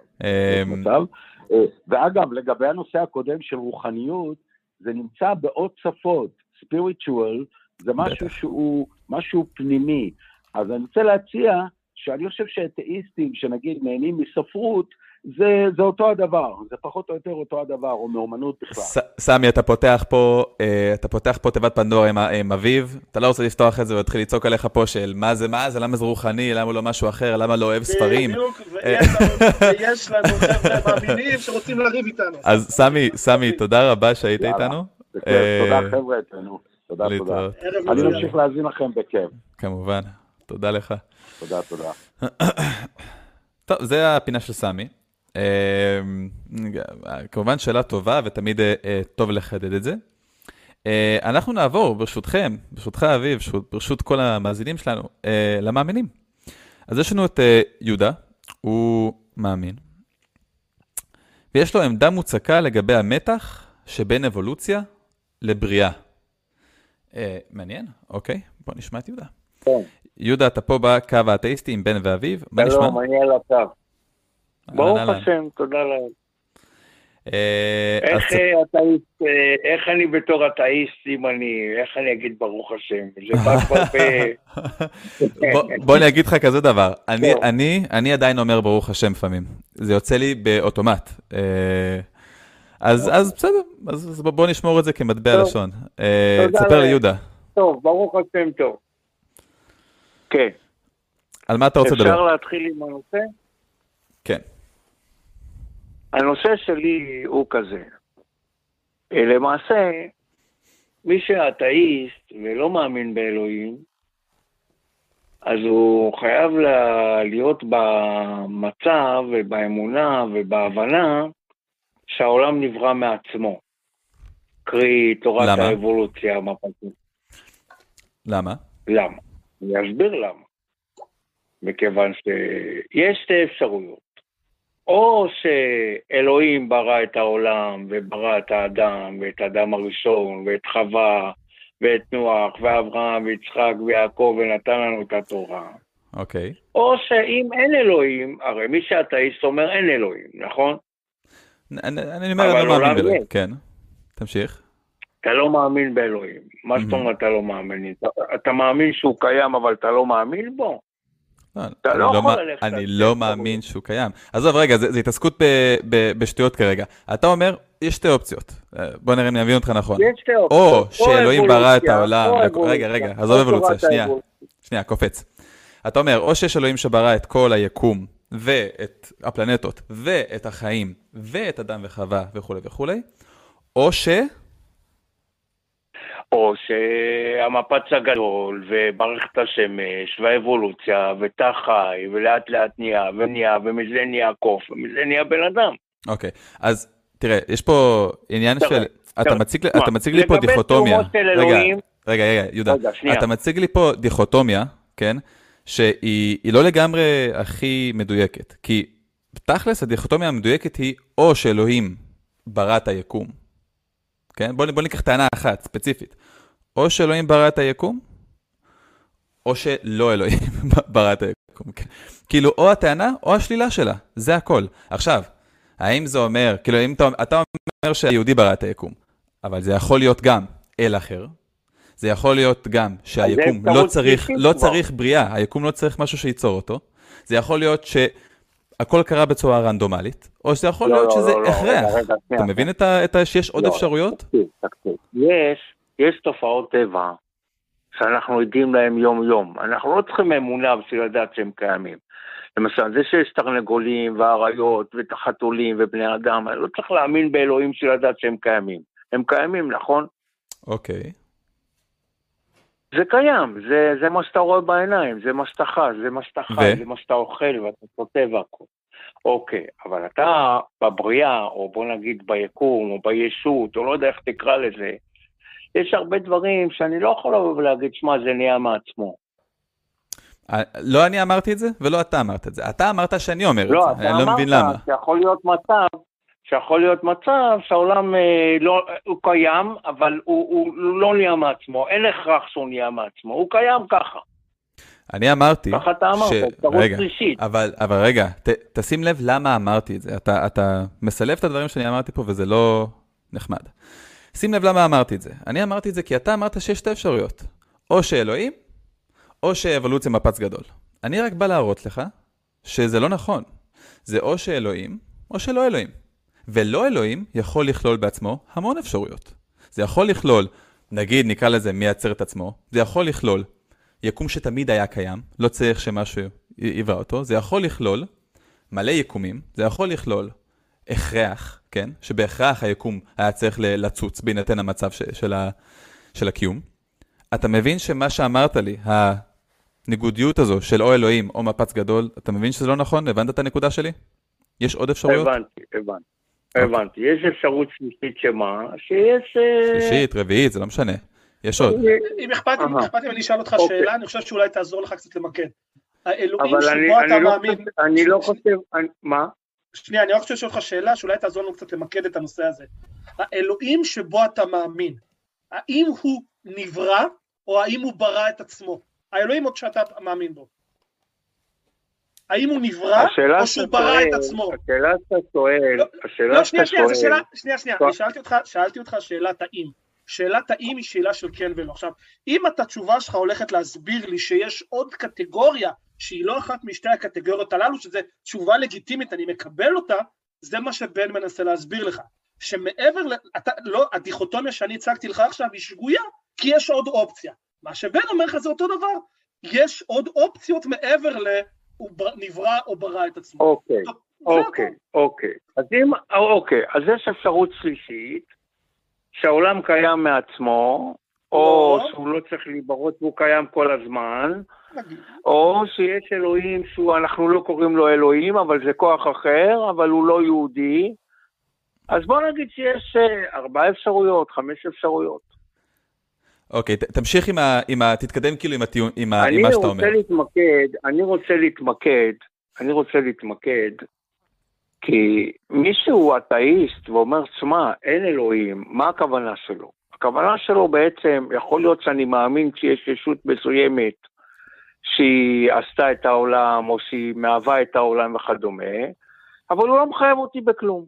ואגב, לגבי הנושא הקודם של רוחניות, זה נמצא בעוד שפות. spiritual זה משהו שהוא משהו פנימי. אז אני רוצה להציע שאני חושב שאתאיסטים שנגיד נהנים מספרות, זה אותו הדבר, זה פחות או יותר אותו הדבר, או מאומנות בכלל. סמי, אתה פותח פה תיבת פנדורה עם אביב, אתה לא רוצה לפתוח את זה ולהתחיל לצעוק עליך פה של מה זה, למה זה רוחני, למה לא משהו אחר, למה לא אוהב ספרים. בדיוק, ויש לנו חבר'ה מאמינים שרוצים לריב איתנו. אז סמי, תודה רבה שהיית איתנו. תודה חבר'ה, תודה. אני ממשיך להאזין לכם בכיף. כמובן, תודה לך. תודה. טוב, זה הפינה של סמי. כמובן שאלה טובה, ותמיד טוב לחדד את זה. אנחנו נעבור, ברשותך אביב, ברשות כל המאזינים שלנו, למאמינים. אז יש לנו את יהודה, הוא מאמין, ויש לו עמדה מוצקה לגבי המתח שבין אבולוציה לבריאה. מעניין? אוקיי, בוא נשמע את יהודה. כן. יהודה, אתה פה בקו האתאיסטי עם בן ואביב. שלום, אני על הקו. ברוך השם, תודה להם. איך אני בתור אתאיסט, איך אני אגיד ברוך השם? זה בא כבר בוא אני אגיד לך כזה דבר. אני עדיין אומר ברוך השם לפעמים. זה יוצא לי באוטומט. אז בסדר, אז בוא נשמור את זה כמטבע לשון. תספר לי יהודה. טוב, ברוך השם טוב. כן. על מה אתה רוצה לדבר? אפשר להתחיל עם הנושא? כן. הנושא שלי הוא כזה. למעשה, מי שאתאיסט ולא מאמין באלוהים, אז הוא חייב להיות במצב ובאמונה ובהבנה שהעולם נברא מעצמו. קרי תורת למה? האבולוציה. למה? למה? אני אסביר למה. מכיוון שיש שתי אפשרויות. או שאלוהים ברא את העולם וברא את האדם ואת האדם הראשון ואת חווה ואת נוח ואברהם ויצחק ויעקב ונתן לנו את התורה. אוקיי. או שאם אין אלוהים, הרי מי שאתאיסט אומר אין אלוהים, נכון? אני אומר, אני לא מאמין באלוהים. כן, תמשיך. אתה לא מאמין באלוהים. מה זאת אומרת אתה לא מאמין? אתה מאמין שהוא קיים אבל אתה לא מאמין בו? אני לא מאמין שהוא קיים. עזוב, רגע, זה התעסקות בשטויות כרגע. אתה אומר, יש שתי אופציות. בוא נראה אם אני אבין אותך נכון. יש שתי אופציות. או שאלוהים ברא את העולם. רגע, עזוב אבולוציה, שנייה, קופץ. אתה אומר, או שיש אלוהים שברא את כל היקום, ואת הפלנטות, ואת החיים, ואת אדם וחווה וכו' וכו', או שהמפץ הגדול, וברכת השמש, והאבולוציה, ותא חי, ולאט לאט נהיה, ומזה נהיה קוף, ומזה נהיה בן אדם. אוקיי, אז תראה, יש פה עניין של, אתה מציג לי פה דיכוטומיה. רגע, יהודה, אתה מציג לי פה דיכוטומיה, כן? שהיא לא לגמרי הכי מדויקת, כי בתכלס הדיכוטומיה המדויקת היא או שאלוהים ברא את היקום, כן? בוא ניקח טענה אחת ספציפית, או שאלוהים ברא את היקום, או שלא אלוהים ברא את היקום, כן? כאילו או הטענה או השלילה שלה, זה הכל. עכשיו, האם זה אומר, כאילו אם אתה אומר שהיהודי ברא את היקום, אבל זה יכול להיות גם אל אחר, זה יכול להיות גם שהיקום לא צריך בריאה, היקום לא צריך משהו שייצור אותו. זה יכול להיות שהכל קרה בצורה רנדומלית, או שזה יכול להיות שזה הכרח. אתה מבין שיש עוד אפשרויות? יש תופעות טבע שאנחנו עדים להם יום-יום. אנחנו לא צריכים אמונה בשביל לדעת שהם קיימים. למשל, זה שיש תרנגולים והאריות וחתולים ובני אדם, אני לא צריך להאמין באלוהים בשביל לדעת שהם קיימים. הם קיימים, נכון? אוקיי. זה קיים, זה מה שאתה רואה בעיניים, זה מה שאתה חש, זה מה שאתה חי, זה מה שאתה אוכל ואתה כותב והכל. אוקיי, אבל אתה בבריאה, או בוא נגיד ביקום, או בישות, או לא יודע איך תקרא לזה, יש הרבה דברים שאני לא יכול לבוא ולהגיד, שמה, זה נהיה מעצמו. לא אני אמרתי את זה, ולא אתה אמרת את זה. אתה אמרת שאני אומר את זה, אני לא מבין למה. לא, אתה אמרת שיכול להיות מצב שהעולם הוא קיים, אבל הוא לא נהיה מעצמו, אין הכרח שהוא נהיה מעצמו, הוא קיים ככה. אני אמרתי, ככה אתה אמרת, תרוץ שלישית. אבל רגע, תשים לב למה אמרתי את זה. אתה מסלב את הדברים שאני אמרתי פה, וזה לא נחמד. שים לב למה אמרתי את זה. אני אמרתי את זה כי אתה אמרת שיש שתי אפשרויות. או שאלוהים, או שאבולוציה מפץ גדול. אני רק בא להראות לך שזה לא נכון. זה או שאלוהים, או שלא אלוהים. ולא אלוהים יכול לכלול בעצמו המון אפשרויות. זה יכול לכלול, נגיד נקרא לזה מייצר את עצמו, זה יכול לכלול יקום שתמיד היה קיים, לא צריך שמשהו יברא אותו, זה יכול לכלול מלא יקומים, זה יכול לכלול הכרח, כן? שבהכרח היקום היה צריך לצוץ בהינתן המצב של הקיום. אתה מבין שמה שאמרת לי, הניגודיות הזו של או אלוהים או מפץ גדול, אתה מבין שזה לא נכון? הבנת את הנקודה שלי? יש עוד אפשרויות? הבנתי. יש אפשרות שלישית שמה, שיש... שלישית, רביעית, זה לא משנה. יש עוד. אם אכפת לי, אני אשאל אותך שאלה, אני חושב שאולי תעזור לך קצת למקד. האלוהים שבו אתה מאמין... אני לא חושב... מה? שנייה, אני רק חושב שאותך שאלה, שאולי תעזור לנו קצת למקד את הנושא הזה. האלוהים שבו אתה מאמין, האם הוא נברא, או האם הוא ברא את עצמו? האלוהים עוד שאתה מאמין בו. האם הוא נברא, או שהוא ברא את עצמו? השאלה שאתה שואל, שנייה, שאלתי אותך שאלת האם. שאלת האם היא שאלה של כן ולא. עכשיו, אם התשובה שלך הולכת להסביר לי שיש עוד קטגוריה, שהיא לא אחת משתי הקטגוריות הללו, שזו תשובה לגיטימית, אני מקבל אותה, זה מה שבן מנסה להסביר לך. שמעבר, הדיכוטומיה שאני הצגתי לך עכשיו היא שגויה, כי יש עוד אופציה. מה שבן אומר לך זה אותו דבר, יש עוד אופציות מעבר הוא נברא או ברא את עצמו. אוקיי. אז יש אפשרות שלישית, שהעולם קיים מעצמו, או שהוא לא צריך להיברות והוא קיים כל הזמן, או שיש אלוהים שאנחנו לא קוראים לו אלוהים, אבל זה כוח אחר, אבל הוא לא יהודי. אז בוא נגיד שיש 4 אפשרויות, 5 אפשרויות. אוקיי, תמשיך תתקדם כאילו עם מה שאתה אומר. אני רוצה להתמקד, כי מישהו אתאיסט ואומר, תשמע, אין אלוהים, מה הכוונה שלו? הכוונה שלו בעצם, יכול להיות שאני מאמין שיש ישות מסוימת, שהיא עשתה את העולם, או שהיא מהווה את העולם וכדומה, אבל הוא לא מחייב אותי בכלום.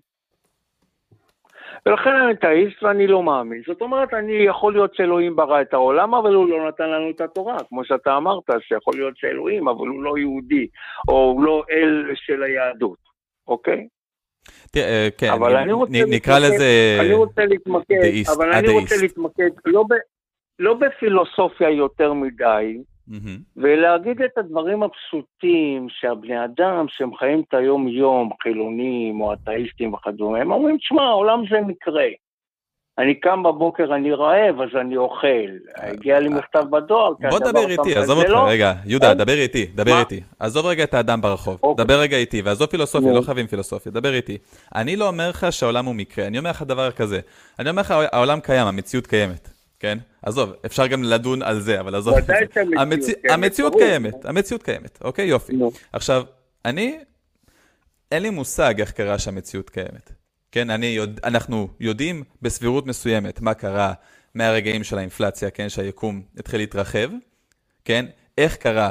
ולכן אני אתאיסט ואני לא מאמין. זאת אומרת, אני יכול להיות שאלוהים ברא את העולם, אבל הוא לא נתן לנו את התורה. כמו שאתה אמרת, שיכול להיות שאלוהים, אבל הוא לא יהודי, או הוא לא אל של היהדות. אוקיי? כן, נקרא לזה דאיסט. אבל אני רוצה להתמקד לא בפילוסופיה יותר מדי, ולהגיד את הדברים הפשוטים שהבני אדם שהם חיים את היום יום, חילונים או אתאיסטים וכדומה, הם אומרים, תשמע, העולם זה מקרה. אני קם בבוקר, אני רעב, אז אני אוכל. הגיע לי מכתב בדואר. בוא דבר איתי, עזוב אותך רגע. יהודה, דבר איתי. עזוב רגע את האדם ברחוב. דבר רגע איתי, ועזוב פילוסופיה, לא חייבים פילוסופיה. דבר איתי. אני לא אומר לך שהעולם הוא מקרה. אני אומר לך דבר כזה. אני אומר לך, העולם קיים, המציאות קיימת. כן? עזוב, אפשר גם לדון על זה, אבל עזוב. המציאות קיימת. אוקיי, יופי. עכשיו, אין לי מושג איך קרה שהמציאות קיימת. כן, אנחנו יודעים בסבירות מסוימת מה קרה מהרגעים של האינפלציה, כן, שהיקום התחיל להתרחב, כן, איך קרה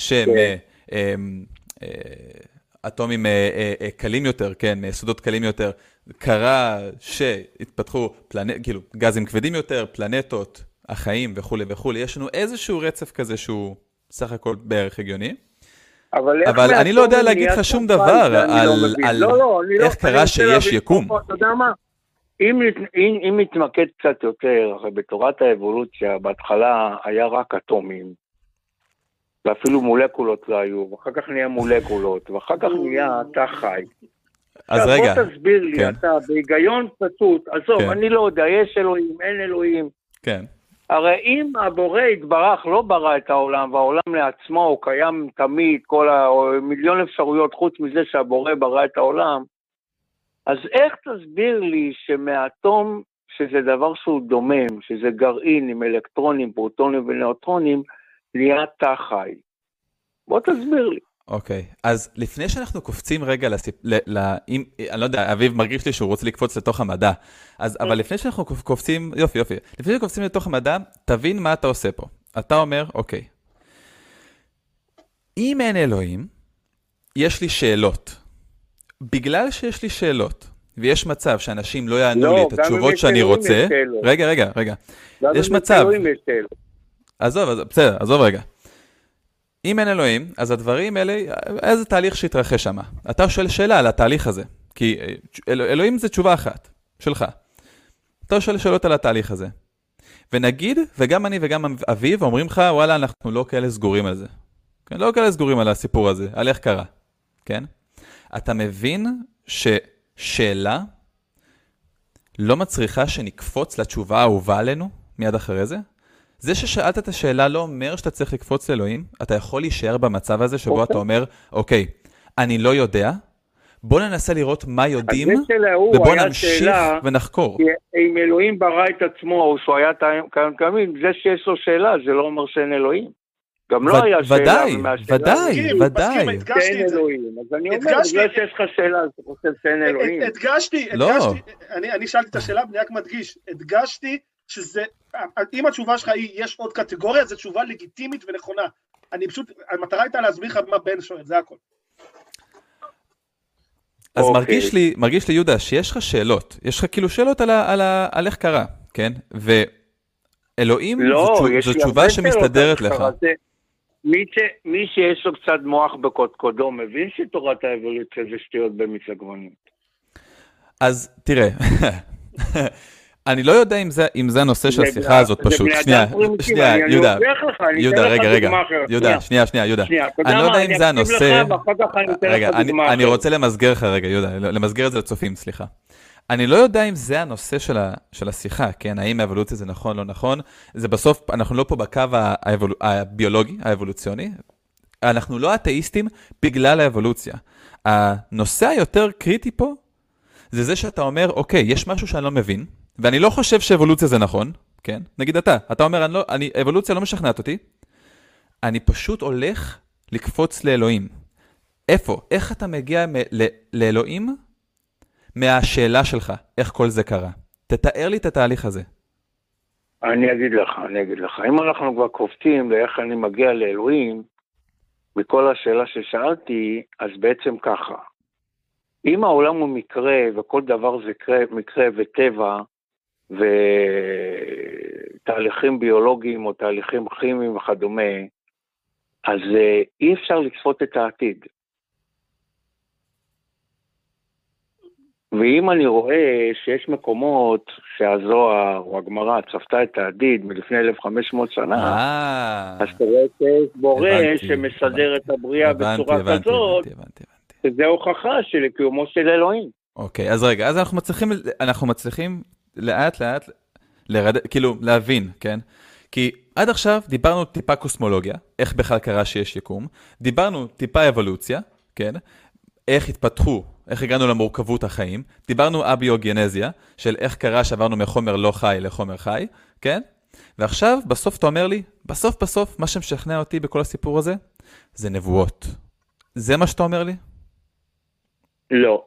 אטומים קלים יותר, כן, סודות קלים יותר, קרה שהתפתחו כאילו גזים כבדים יותר, פלנטות, החיים וכו' וכו'. יש לנו איזשהו רצף כזה שהוא סך הכל בערך הגיוני. אבל אני לא יודע להגיד לך שום דבר על איך קרה שיש יקום. אתה יודע מה? אם נתמקד קצת יותר, בתורת האבולוציה, בהתחלה היה רק אטומים, ואפילו מולקולות לא היו, ואחר כך נהיה מולקולות, ואחר כך נהיה תא חי. אז רגע. בוא תסביר לי, אתה בהיגיון פשוט, עזוב, אני לא יודע, יש אלוהים, אין אלוהים. כן. הרי אם הבורא יתברך לא ברא את העולם, והעולם לעצמו הוא קיים תמיד, מיליון אפשרויות חוץ מזה שהבורא ברא את העולם, אז איך תסביר לי שמאטום, שזה דבר שהוא דומם, שזה גרעין עם אלקטרונים, פרוטונים ונאוטרונים, נהיה תא חי? בוא תסביר לי. אוקיי, אז לפני שאנחנו קופצים רגע אני לא יודע, אביב מרגיש לי שהוא רוצה לקפוץ לתוך המדע, אבל לפני שאנחנו קופצים, יופי, לפני שקופצים לתוך המדע, תבין מה אתה עושה פה. אתה אומר, אוקיי, אם אין אלוהים, יש לי שאלות. בגלל שיש לי שאלות, ויש מצב שאנשים לא יענו לי את התשובות שאני רוצה, רגע, יש מצב, עזוב רגע. אם אין אלוהים, אז הדברים האלה, איזה תהליך שהתרחש שם? אתה שואל שאלה על התהליך הזה, כי אלוהים זה תשובה אחת, שלך. אתה שואל שאלות על התהליך הזה. ונגיד, וגם אני וגם אביב אומרים לך, וואלה, אנחנו לא כאלה סגורים על זה. כן? לא כאלה סגורים על הסיפור הזה, על איך קרה. כן? אתה מבין ששאלה לא מצריכה שנקפוץ לתשובה האהובה עלינו מיד אחרי זה? זה ששאלת את השאלה לא אומר שאתה צריך לקפוץ לאלוהים, אתה יכול להישאר במצב הזה שבו אתה אומר, אוקיי, אני לא יודע, בוא ננסה לראות מה יודעים, ובוא נמשיך ונחקור. אם אלוהים ברא את עצמו, או שהוא היה תמיד, זה שיש לו שאלה, זה לא אומר שאין אלוהים. גם לא היה שאלה. ודאי. שאין אלוהים. אז אני אומר, בגלל שיש לך שאלה, אתה חושב שאין אלוהים. הדגשתי, אני שאלתי את השאלה, אני רק מדגיש, הדגשתי שזה, אם התשובה שלך היא, יש עוד קטגוריה, זו תשובה לגיטימית ונכונה. אני פשוט, המטרה הייתה להסביר לך מה בן שואל, זה הכל. אז מרגיש לי, יהודה, שיש לך שאלות. יש לך כאילו שאלות על איך קרה, כן? ואלוהים זו תשובה שמסתדרת לך. מי שיש לו קצת מוח בקודקודו, מבין שתורת האבולוציה זה שטויות במיץ-עגבניות. אז תראה, אני לא יודע אם זה הנושא של השיחה הזאת פשוט. שנייה, יהודה, רגע. יהודה, שנייה, יהודה. אני לא יודע אם זה הנושא. רגע, אני רוצה למסגר לך רגע, יהודה, למסגר את זה לצופים, סליחה. אני לא יודע אם זה הנושא של השיחה, כן? האם האבולוציה זה נכון, לא נכון. זה בסוף, אנחנו לא פה בקו הביולוגי, האבולוציוני. אנחנו לא אתאיסטים בגלל האבולוציה. הנושא היותר קריטי פה, זה שאתה אומר, אוקיי, יש משהו שאני לא מבין, ואני לא חושב שאבולוציה זה נכון, כן? נגיד אתה אומר, אבולוציה לא משכנעת אותי, אני פשוט הולך לקפוץ לאלוהים. איפה? איך אתה מגיע לאלוהים מהשאלה שלך? איך כל זה קרה? תתאר לי את התהליך הזה. אני אגיד לך. אם אנחנו כבר קופצים לאיך אני מגיע לאלוהים, בכל השאלה ששאלתי, אז בעצם ככה. אם העולם הוא מקרה, וכל דבר זה מקרה וטבע, ותהליכים ביולוגיים או תהליכים כימיים וכדומה, אז אי אפשר לצפות את העתיד. ואם אני רואה שיש מקומות שהזוהר או הגמרא צפתה את העתיד מלפני 1500 שנה, אז אתה רואה שיש בורא שמסדר את הבריאה בצורה כזאת, שזה הוכחה של קיומו של אלוהים. אוקיי, אז רגע, אז אנחנו מצליחים לאט כאילו להבין, כן? כי עד עכשיו דיברנו טיפה קוסמולוגיה, איך בכלל קרה שיש יקום, דיברנו טיפה אבולוציה, כן? איך התפתחו, איך הגענו למורכבות החיים, דיברנו אביוגנזיה, של איך קרה שעברנו מחומר לא חי לחומר חי, כן? ועכשיו, בסוף אתה אומר לי, בסוף, מה שמשכנע אותי בכל הסיפור הזה, זה נבואות. זה מה שאתה אומר לי? לא.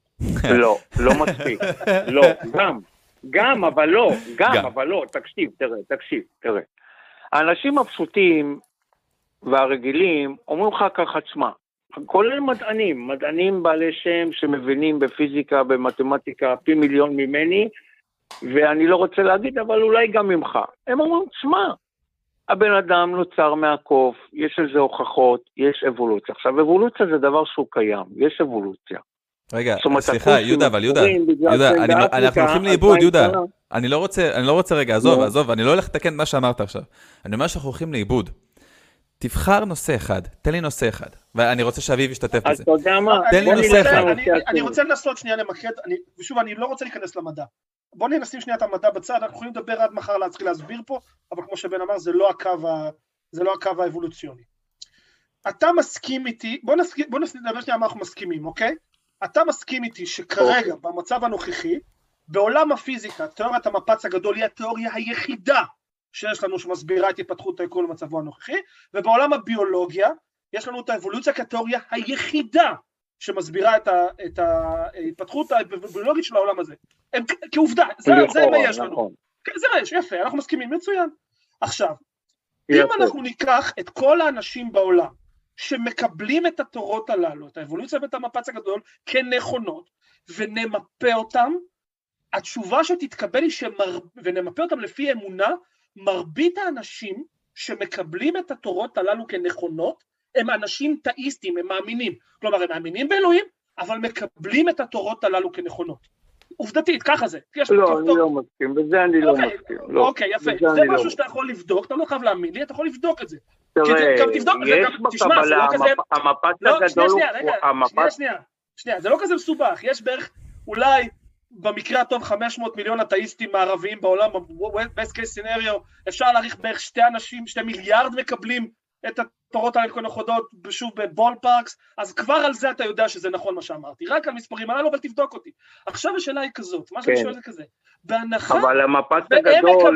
לא מספיק. לא, גם, אבל לא. תקשיב, תראה. האנשים הפשוטים והרגילים אומרים לך ככה, תשמע, כולל מדענים בעלי שם שמבינים בפיזיקה, במתמטיקה, פי מיליון ממני, ואני לא רוצה להגיד, אבל אולי גם ממך. הם אומרים, תשמע, הבן אדם נוצר מהקוף, יש לזה הוכחות, יש אבולוציה. עכשיו, אבולוציה זה דבר שהוא קיים, יש אבולוציה. רגע, סליחה, יהודה, אנחנו הולכים לאיבוד, יהודה. אני לא רוצה רגע, עזוב, אני לא הולך לתקן מה שאמרת עכשיו. אני אומר שאנחנו הולכים לאיבוד. תבחר נושא אחד, תן לי נושא אחד, ואני רוצה שאביב ישתתף בזה. אתה יודע מה? תן לי נושא אחד. אני רוצה לנסות שנייה למקד, ושוב, אני לא רוצה להיכנס למדע. בוא נשים שנייה את המדע בצד, אנחנו יכולים לדבר עד מחר להתחיל להסביר פה, אבל כמו שבן אמר, זה לא הקו האבולוציוני. אתה מסכים איתי, בוא נדבר שנייה מה אנחנו מסכימים, אוקיי? אתה מסכים איתי שכרגע, במצב הנוכחי, בעולם הפיזיקה, תיאוריית המפץ הגדול היא התיאוריה היחידה שיש לנו שמסבירה את התפתחות היקום למצבו הנוכחי, ובעולם הביולוגיה יש לנו את האבולוציה כתיאוריה היחידה שמסבירה את ההתפתחות הביולוגית של העולם הזה. כעובדה, זה מה יש לנו. זה מה יש, יפה, אנחנו מסכימים, מצוין. עכשיו, אם אנחנו ניקח את כל האנשים בעולם שמקבלים את התורות הללו, את האבולוציה ואת המפץ הגדול, כנכונות, ונמפה אותם, התשובה שתתקבל היא ונמפה אותם לפי אמונה, מרבית האנשים שמקבלים את התורות הללו כנכונות, הם אנשים תאיסטים, הם מאמינים. כלומר, הם מאמינים באלוהים, אבל מקבלים את התורות הללו כנכונות. עובדתית, ככה זה. לא, אני לא מסכים, בזה אני לא מסכים. אוקיי, יפה. זה משהו שאתה יכול לבדוק, אתה לא חייב להאמין לי, אתה יכול לבדוק את זה. תראה, יש בקבלה, המפץ הגדול הוא... שנייה, זה לא כזה מסובך. יש בערך, אולי... במקרה הטוב 500 מיליון אתאיסטים מערביים בעולם, best case scenario, אפשר להעריך בערך 2 מיליארד מקבלים את התורות הנכונות, שוב בבול פארקס, אז כבר על זה אתה יודע שזה נכון מה שאמרתי, רק על מספרים הללו, אבל תבדוק אותי. עכשיו השאלה היא כזאת, מה שאני שואל זה כזה, בהנחה, אבל המפץ הגדול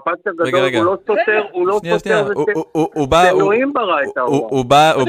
הוא לא סותר, זה אלוהים ברא את העולם. הוא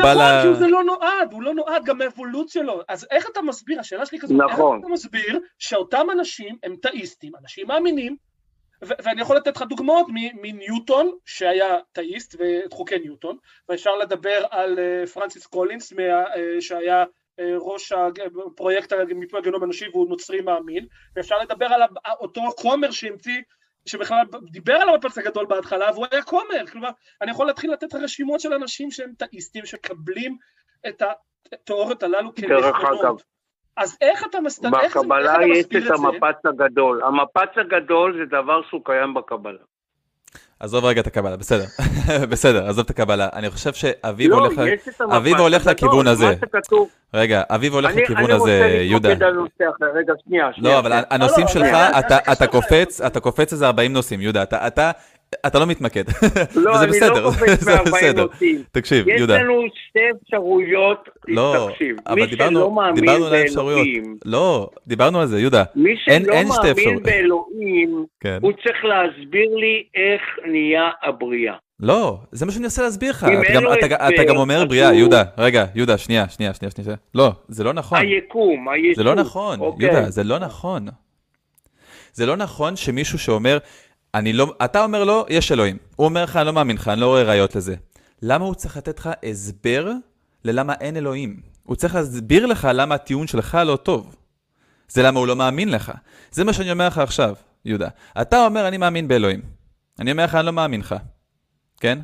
לא נועד, גם האבולוציה לא. אז איך אתה מסביר, השאלה שלי כזאת, איך אתה מסביר שאותם אנשים הם תאיסטים, אנשים מאמינים, ואני יכול לתת לך דוגמאות מניוטון, שהיה תאיסט, ואת חוקי ניוטון, ואפשר לדבר על פרנסיס קולינס, שהיה ראש הפרויקט מיפוי הגנום האנושי, והוא נוצרי מאמין, ואפשר לדבר על אותו כומר שהמציא, שבכלל דיבר על המפץ הגדול בהתחלה, והוא היה כומר. כלומר, אני יכול להתחיל לתת רשימות של אנשים שהם תאיסטים, שקבלים את התיאוריות הללו כנכונות. אז איך אתה מסביר את זה? בקבלה יש את המפץ הגדול. המפץ הגדול זה דבר שהוא קיים בקבלה. עזוב רגע את הקבלה, בסדר. בסדר, עזוב את הקבלה. אני חושב שאביב לא, הולך יש את המפה, הולך לכיוון הזה. מה שכתוב? רגע, אביב הולך לכיוון הזה, יהודה. אני רוצה להתמקד על נושא אחר, רגע, שנייה. לא, אבל הנושאים לא, שלך, זה אתה קופץ איזה 40 נושאים, יהודה. אתה לא מתמקד. לא, וזה אני בסדר. לא קופץ מ-40 נושאים. תקשיב, יהודה. יש לנו שתי אפשרויות, לא, תקשיב. אבל מי שלא מאמין באלוהים, לא, דיברנו על זה, יהודה. מי שלא אין שתי מאמין אפשרויות. באלוהים, כן. הוא צריך להסביר לי איך נהיה הבריאה. לא, זה מה שאני אנסה להסביר לך. אם אין לו אתה גם אומר הסבר, בריאה, אז הוא- יהודה. רגע, יהודה, שנייה. לא, זה לא נכון. היקום. זה לא נכון, אוקיי. יהודה, זה לא נכון. זה לא נכון שמישהו שאומר, אתה אומר לו, יש אלוהים. הוא אומר לך, אני לא מאמין לך, אני לא רואה ראיות לזה. למה הוא צריך לתת לך הסבר ללמה אין אלוהים? הוא צריך להסביר לך למה הטיעון שלך לא טוב. זה למה הוא לא מאמין לך. זה מה שאני אומר לך עכשיו, יהודה. אתה אומר, אני מאמין באלוהים. אני אומר לך, אני לא מאמין לך. כן?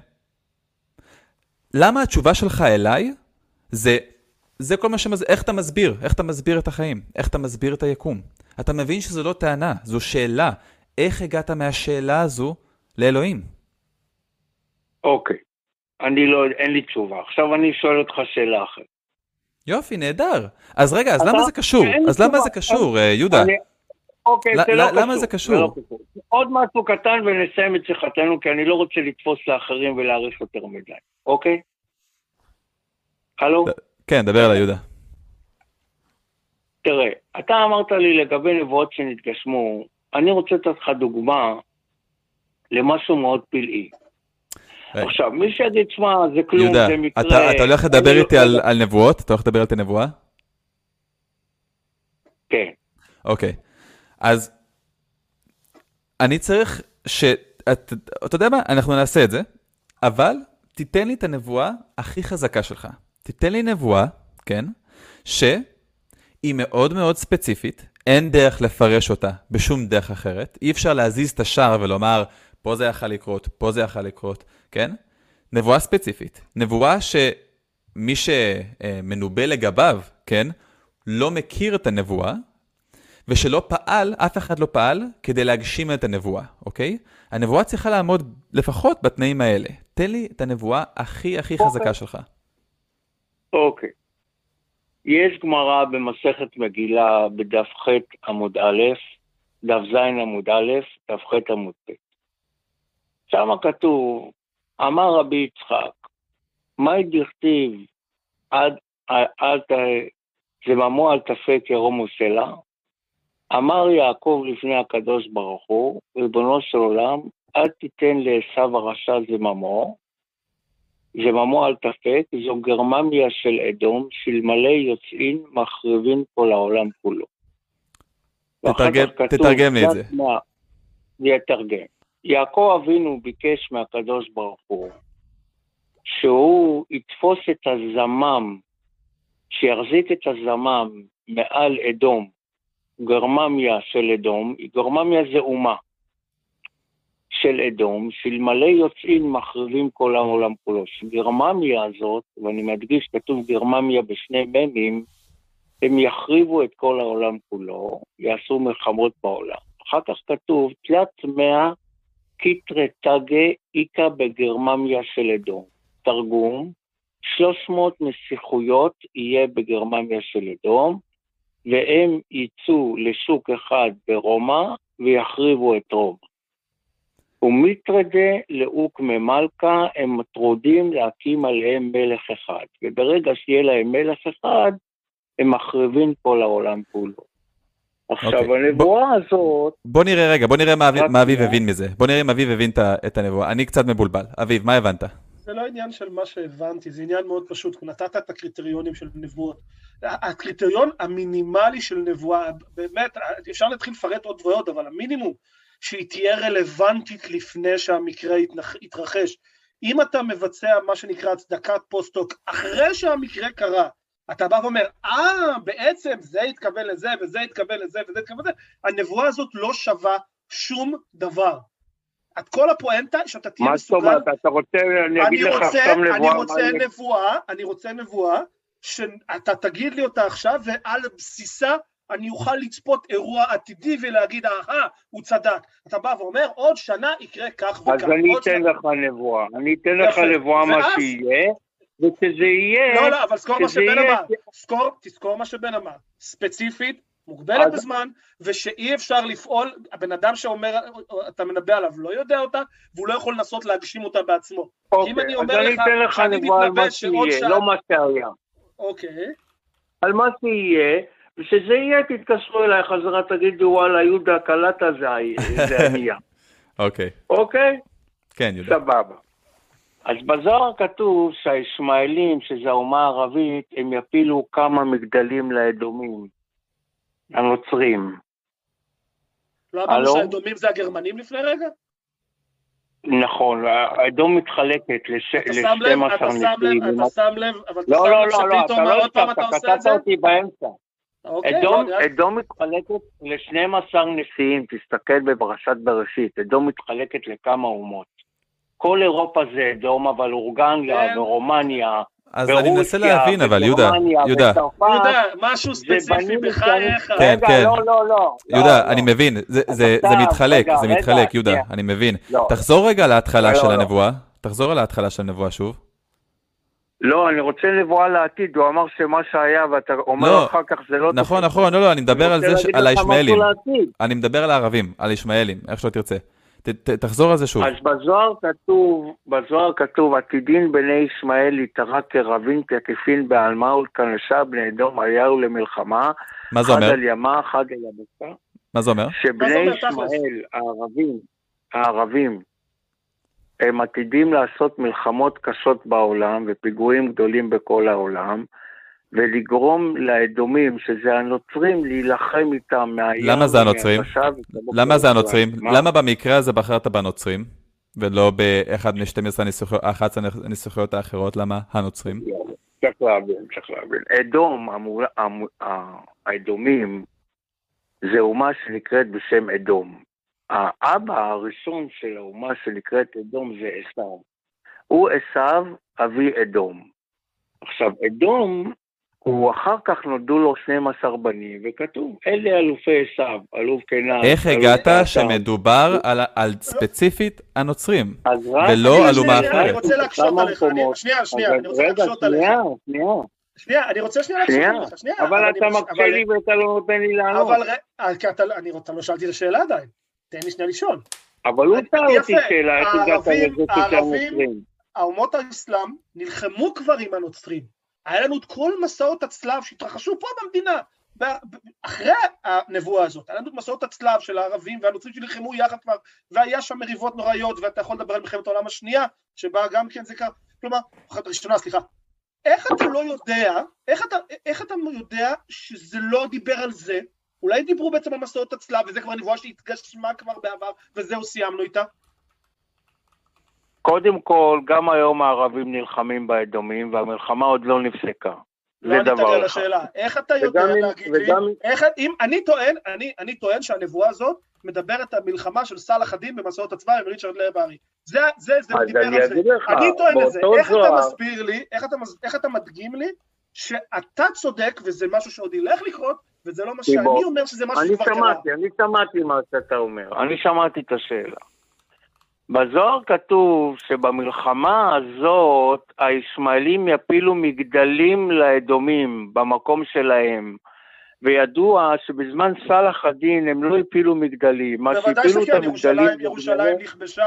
למה התשובה שלך אליי זה כל מה איך אתה מסביר? איך אתה מסביר את החיים? איך אתה מסביר את היקום? אתה מבין שזו לא טענה, זו שאלה. איך הגעת מהשאלה הזו לאלוהים? אוקיי. אין לי תשובה. עכשיו אני שואל אותך שאלה אחרת. יופי, נהדר. אז רגע, אז למה זה קשור? אז למה זה קשור, יהודה? אוקיי, זה לא קשור. למה זה קשור? עוד משהו קטן ונסיים את שיחתנו, כי אני לא רוצה לתפוס לאחרים ולהאריך יותר מדי. אוקיי? הלו? כן, דבר על יהודה. תראה, אתה אמרת לי לגבי נבואות שנתגשמו, אני רוצה לתת לך דוגמה למשהו מאוד פלאי. עכשיו, מי שיגיד, שמה, זה כלום, יהודה, זה מקרה... אתה הולך לדבר איתי על נבואות? אתה הולך לדבר על הנבואה? כן. אוקיי. אז אני צריך אתה יודע מה? אנחנו נעשה את זה, אבל תיתן לי את הנבואה הכי חזקה שלך. תיתן לי נבואה, כן, שהיא מאוד מאוד ספציפית, אין דרך לפרש אותה בשום דרך אחרת, אי אפשר להזיז את השער ולומר, פה זה יכול לקרות, פה זה יכול לקרות, כן? נבואה ספציפית. נבואה שמי שמנובא לגביו, כן, לא מכיר את הנבואה, ושלא פעל, אף אחד לא פעל, כדי להגשים את הנבואה, אוקיי? הנבואה צריכה לעמוד לפחות בתנאים האלה. תן לי את הנבואה הכי חזקה שלך. אוקיי. יש גמרא במסכת מגילה בדף ח' עמוד א', דף ז' עמוד א', דף ח' עמוד ב'. שם כתוב, אמר רבי יצחק, מה דכתיב זממו אל תפק ירום וסלע? אמר יעקב לפני הקדוש ברוך הוא, ריבונו של עולם, אל תיתן לעשיו הרשע זממו אל תפק, זו גרממיה של אדום, שלמלא יוצאין מחריבין כל העולם כולו. תתרגם לי את זה. יתרגם. יעקב אבינו ביקש מהקדוש ברוך הוא, שהוא יתפוס את הזמם, שיחזיק את הזמם מעל אדום, גרממיה של אדום, גרממיה זה אומה של אדום, שלמלא יוצאים מחריבים כל העולם כולו. גרממיה הזאת, ואני מדגיש, כתוב גרממיה בשני ממים, הם יחריבו את כל העולם כולו, יעשו מלחמות בעולם. אחר כך כתוב, תלת מאה קיטרי תגה איקה בגרממיה של אדום. תרגום, 300 נסיכויות יהיה בגרממיה של אדום, והם ייצאו לשוק אחד ברומא ויחריבו את רומא. ומטרדה לאוק ממלכה, הם מטרודים להקים עליהם מלך אחד. וברגע שיהיה להם מלך אחד, הם מחריבים כל העולם כולו. עכשיו, הנבואה הזאת... בוא נראה מה אביב הבין מזה. בוא נראה אם אביב הבין את הנבואה. אני קצת מבולבל. אביב, מה הבנת? זה לא עניין של מה שהבנתי, זה עניין מאוד פשוט. נתת את הקריטריונים של נבואות. הקריטריון המינימלי של נבואה, באמת, אפשר להתחיל לפרט עוד ועוד, אבל המינימום שהיא תהיה רלוונטית לפני שהמקרה יתרחש. אם אתה מבצע מה שנקרא הצדקת פוסט-טוק, אחרי שהמקרה קרה, אתה בא ואומר, בעצם זה יתקבל לזה, וזה יתקבל לזה, וזה יתקבל לזה, הנבואה הזאת לא שווה שום דבר. את כל הפואנטה שאתה תהיה מסוגל... מה זאת אומרת? אתה רוצה, אני אגיד לך עכשיו נבואה... אני רוצה נבואה, שאתה תגיד לי אותה עכשיו, ועל בסיסה אני אוכל לצפות אירוע עתידי ולהגיד, הוא צדק. אתה בא ואומר, עוד שנה יקרה כך וכך. אז אני אתן לך נבואה, נבואה מה שיהיה, וכזה יהיה... לא, אבל זכור מה שבן אמר, תזכור מה שבן אמר, ספציפית, מוגבלת בזמן, ושאי אפשר לפעול, הבן אדם שאומר, אתה מנבא עליו, לא יודע אותה, והוא לא יכול לנסות להגשים אותה בעצמו. אוקיי, אז אני אתן לך נבואה על מה שיהיה, לא מה שהיה. אוקיי. על מה שיהיה, ושזה יהיה, תתקשרו אליי חזרה, תגידו, וואלה, יהודה, קלטה זה ענייה. אוקיי. אוקיי? כן, יהודה. סבבה. אז בזוהר כתוב שהישמעאלים, שזה האומה הערבית, הם יפילו כמה מגדלים לאדומים, הנוצרים. לא אמרנו שהאדומים זה הגרמנים לפני רגע? נכון, האדום מתחלקת ל-12 נשיאים. אתה שם לב, אבל אתה לא, שם לב שפתאום עוד פעם אתה עושה את זה? קטעת אותי באמצע. אוקיי, אדום מתחלקת ל-12 נשיאים, תסתכל בפרשת בראשית, אדום מתחלקת לכמה אומות. כל אירופה זה אדום, אבל אורגניה ורומניה, אז אני מנסה להבין, אבל יהודה, משהו ספציפי בחייך. כן, כן. לא. יהודה, אני מבין, זה מתחלק, יהודה, אני מבין. תחזור רגע להתחלה של הנבואה, תחזור להתחלה של הנבואה שוב. לא, אני רוצה נבואה לעתיד, הוא אמר שמה שהיה, ואתה אומר אחר כך זה לא... נכון, לא, אני מדבר על זה, על הישמעאלים. אני מדבר על הערבים, על הישמעאלים, איך שלא תרצה. תחזור על זה שוב. אז בזוהר כתוב, עתידין בני ישמעאל יתרה כרבים ככפין בעלמה ולכנשה בני אדום היו למלחמה. מה זה אומר? אחד על ימה, אחד על יבשה. מה זה אומר? שבני ישמעאל, הערבים, הם עתידים לעשות מלחמות קשות בעולם ופיגועים גדולים בכל העולם, ולגרום לאדומים, שזה הנוצרים, להילחם איתם מהים. למה זה הנוצרים? למה זה הנוצרים? למה במקרה הזה בחרת בנוצרים, ולא באחד מ-11 הניסוחיות האחרות? למה הנוצרים? צריך להבין. האדומים, זה אומה שנקראת בשם אדום. האבא הראשון של האומה שנקראת אדום זה עשיו. הוא עשיו, אבי אדום. עכשיו, אדום, הוא אחר כך נולדו לו 12 בנים, וכתוב, אלה אלופי עשיו, אלוף כנען. איך הגעת שמדובר על ספציפית הנוצרים, ולא על אומה אחרת? אני רוצה להקשות עליך, שנייה, אני רוצה להקשות עליך. שנייה, אני רוצה להקשות עליך, שנייה. אבל אתה מקשה לי ואתה לא נותן לי לענות. אתה לא שאלתי את השאלה עדיין, תן לי שנייה לשאול. אבל הוא שאל אותי שאלה, איך הגעת לזה שהנוצרים? האומות האסלאם נלחמו כבר עם הנוצרים. היה לנו את כל מסעות הצלב שהתרחשו פה במדינה, אחרי הנבואה הזאת, היה לנו את מסעות הצלב של הערבים והנוצרים שנלחמו יחד כבר, והיה שם מריבות נוראיות, ואתה יכול לדבר על מלחמת העולם השנייה, שבה גם כן זה קרה, כלומר, ראשונה, סליחה, איך אתה לא יודע, איך אתה יודע שזה לא דיבר על זה, אולי דיברו בעצם על מסעות הצלב, וזה כבר נבואה שהתגשמה כבר בעבר, וזהו סיימנו איתה? קודם כל, גם היום הערבים נלחמים באדומים, והמלחמה עוד לא נפסקה. זה דבר אחד. איך אתה יודע להגיד לי? אני טוען שהנבואה הזאת מדברת על מלחמה של סלאח א-דין במסעות הצבא עם ריצ'רד לברי. זה דיבר על זה. אני טוען את זה. איך אתה מסביר לי, איך אתה מדגים לי, שאתה צודק, וזה משהו שעוד ילך לקרות, וזה לא מה שאני אומר שזה משהו שכבר קרה. אני שמעתי מה שאתה אומר. אני שמעתי את השאלה. בזוהר כתוב שבמלחמה הזאת הישמעאלים יפילו מגדלים לאדומים במקום שלהם, וידוע שבזמן סלאח א-דין הם לא יפילו מגדלים. בוודאי שכן, ירושלים נכבשה,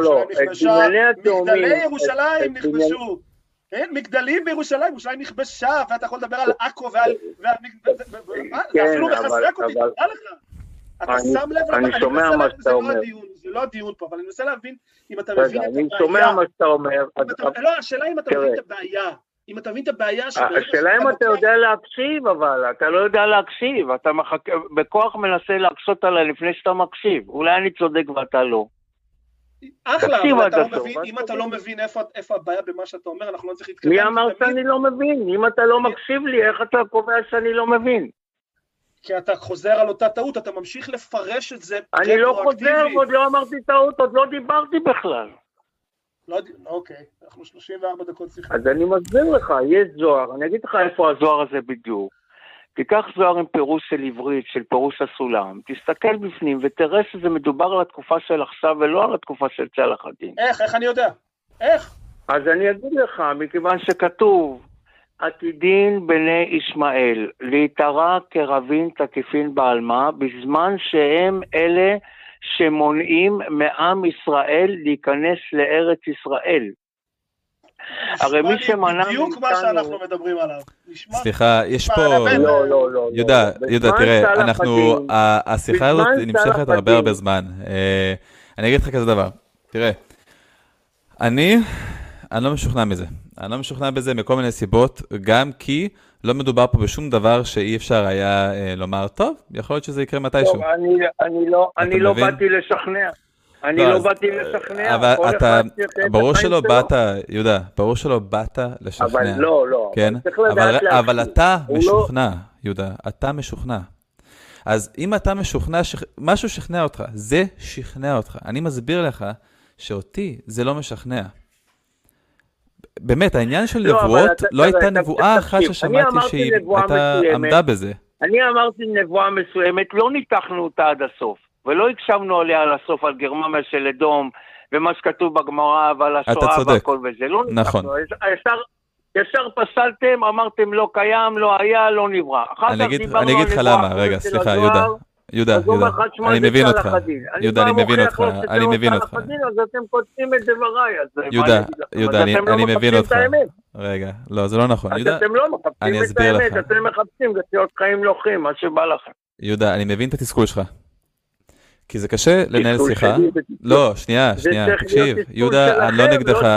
מגדלי ירושלים נכבשו. מגדלים בירושלים, ירושלים נכבשה, ואתה יכול לדבר על עכו ועל... זה אפילו מחזק אותי, תודה לך. אתה שם לב, אני שומע מה שאתה אומר. זה לא הדיון פה, אבל אני מנסה להבין אם אתה מבין את הבעיה. אני שומע מה שאתה אומר. לא, השאלה אם אתה מבין את הבעיה. אם אתה מבין את הבעיה... השאלה אם אתה יודע להקשיב, אבל אתה לא יודע להקשיב. אתה בכוח מנסה להקשות עליי לפני שאתה מקשיב. אולי אני צודק ואתה לא. אחלה, אבל אם אתה לא מבין איפה הבעיה במה שאתה אומר, אנחנו לא צריך להתקדם. מי אמר שאני לא מבין? אם אתה לא מקשיב לי, איך אתה קובע שאני לא מבין? כי אתה חוזר על אותה טעות, אתה ממשיך לפרש את זה. אני לא חוזר, עוד לא אמרתי טעות, עוד לא דיברתי בכלל. אוקיי, אנחנו 34 דקות שיחה. אז אני מסביר לך, יש זוהר, אני אגיד לך איפה הזוהר הזה בדיוק. תיקח זוהר עם פירוש של עברית, של פירוש הסולם, תסתכל בפנים ותראה שזה מדובר על התקופה של עכשיו ולא על התקופה של צלח הדין. איך אני יודע? איך? אז אני אגיד לך, מכיוון שכתוב, עתידין בני ישמעאל, להתרע כרבים תקיפין בעלמה, בזמן שהם אלה שמונעים מעם ישראל להיכנס לארץ ישראל. הרי מי שמנע בדיוק מה שאנחנו מדברים עליו. סליחה, יש פה... לא. יהודה, תראה, השיחה הזאת נמשכת הרבה זמן. אני אגיד לך כזה דבר. תראה, אני לא משוכנע מזה. אני לא משוכנע בזה מכל מיני סיבות, גם כי לא מדובר פה בשום דבר שאי אפשר היה לומר, טוב, יכול להיות שזה יקרה מתישהו. טוב, אני לא באתי לשכנע. לא באתי לשכנע. אבל אתה, ברור שלא באת, יהודה, ברור שלא באת לשכנע. אבל לא. כן? אבל אתה משוכנע, יהודה, אתה משוכנע. אז אם אתה משוכנע, משהו שכנע אותך, זה שכנע אותך. אני מסביר לך שאותי זה לא משכנע. באמת, העניין של נבואות, לא הייתה נבואה אחת ששמעתי שהיא הייתה עמדה בזה. אני אמרתי נבואה מסוימת, לא ניתחנו אותה עד הסוף, ולא הקשבנו עליה על הסוף, על גרממיה של אדום, ומה שכתוב בגמרא, ועל השואה והכל וזה. לא ניתחנו. ישר פסלתם, אמרתם לא קיים, לא היה, לא נברא. אני אגיד לך למה, רגע, סליחה, יהודה, אני מבין אותך. יהודה, אני מבין אותך. אז אתם כותבים את דבריי. יהודה, אני מבין אותך. רגע, לא, זה לא נכון. אז אתם לא מחפשים את האמת, אתם מחפשים גציות חיים לוחים, מה שבא לכם. יהודה, אני מבין את התסכול שלך. כי זה קשה לנהל שיחה. לא, שנייה, תקשיב. יהודה, אני לא נגדך.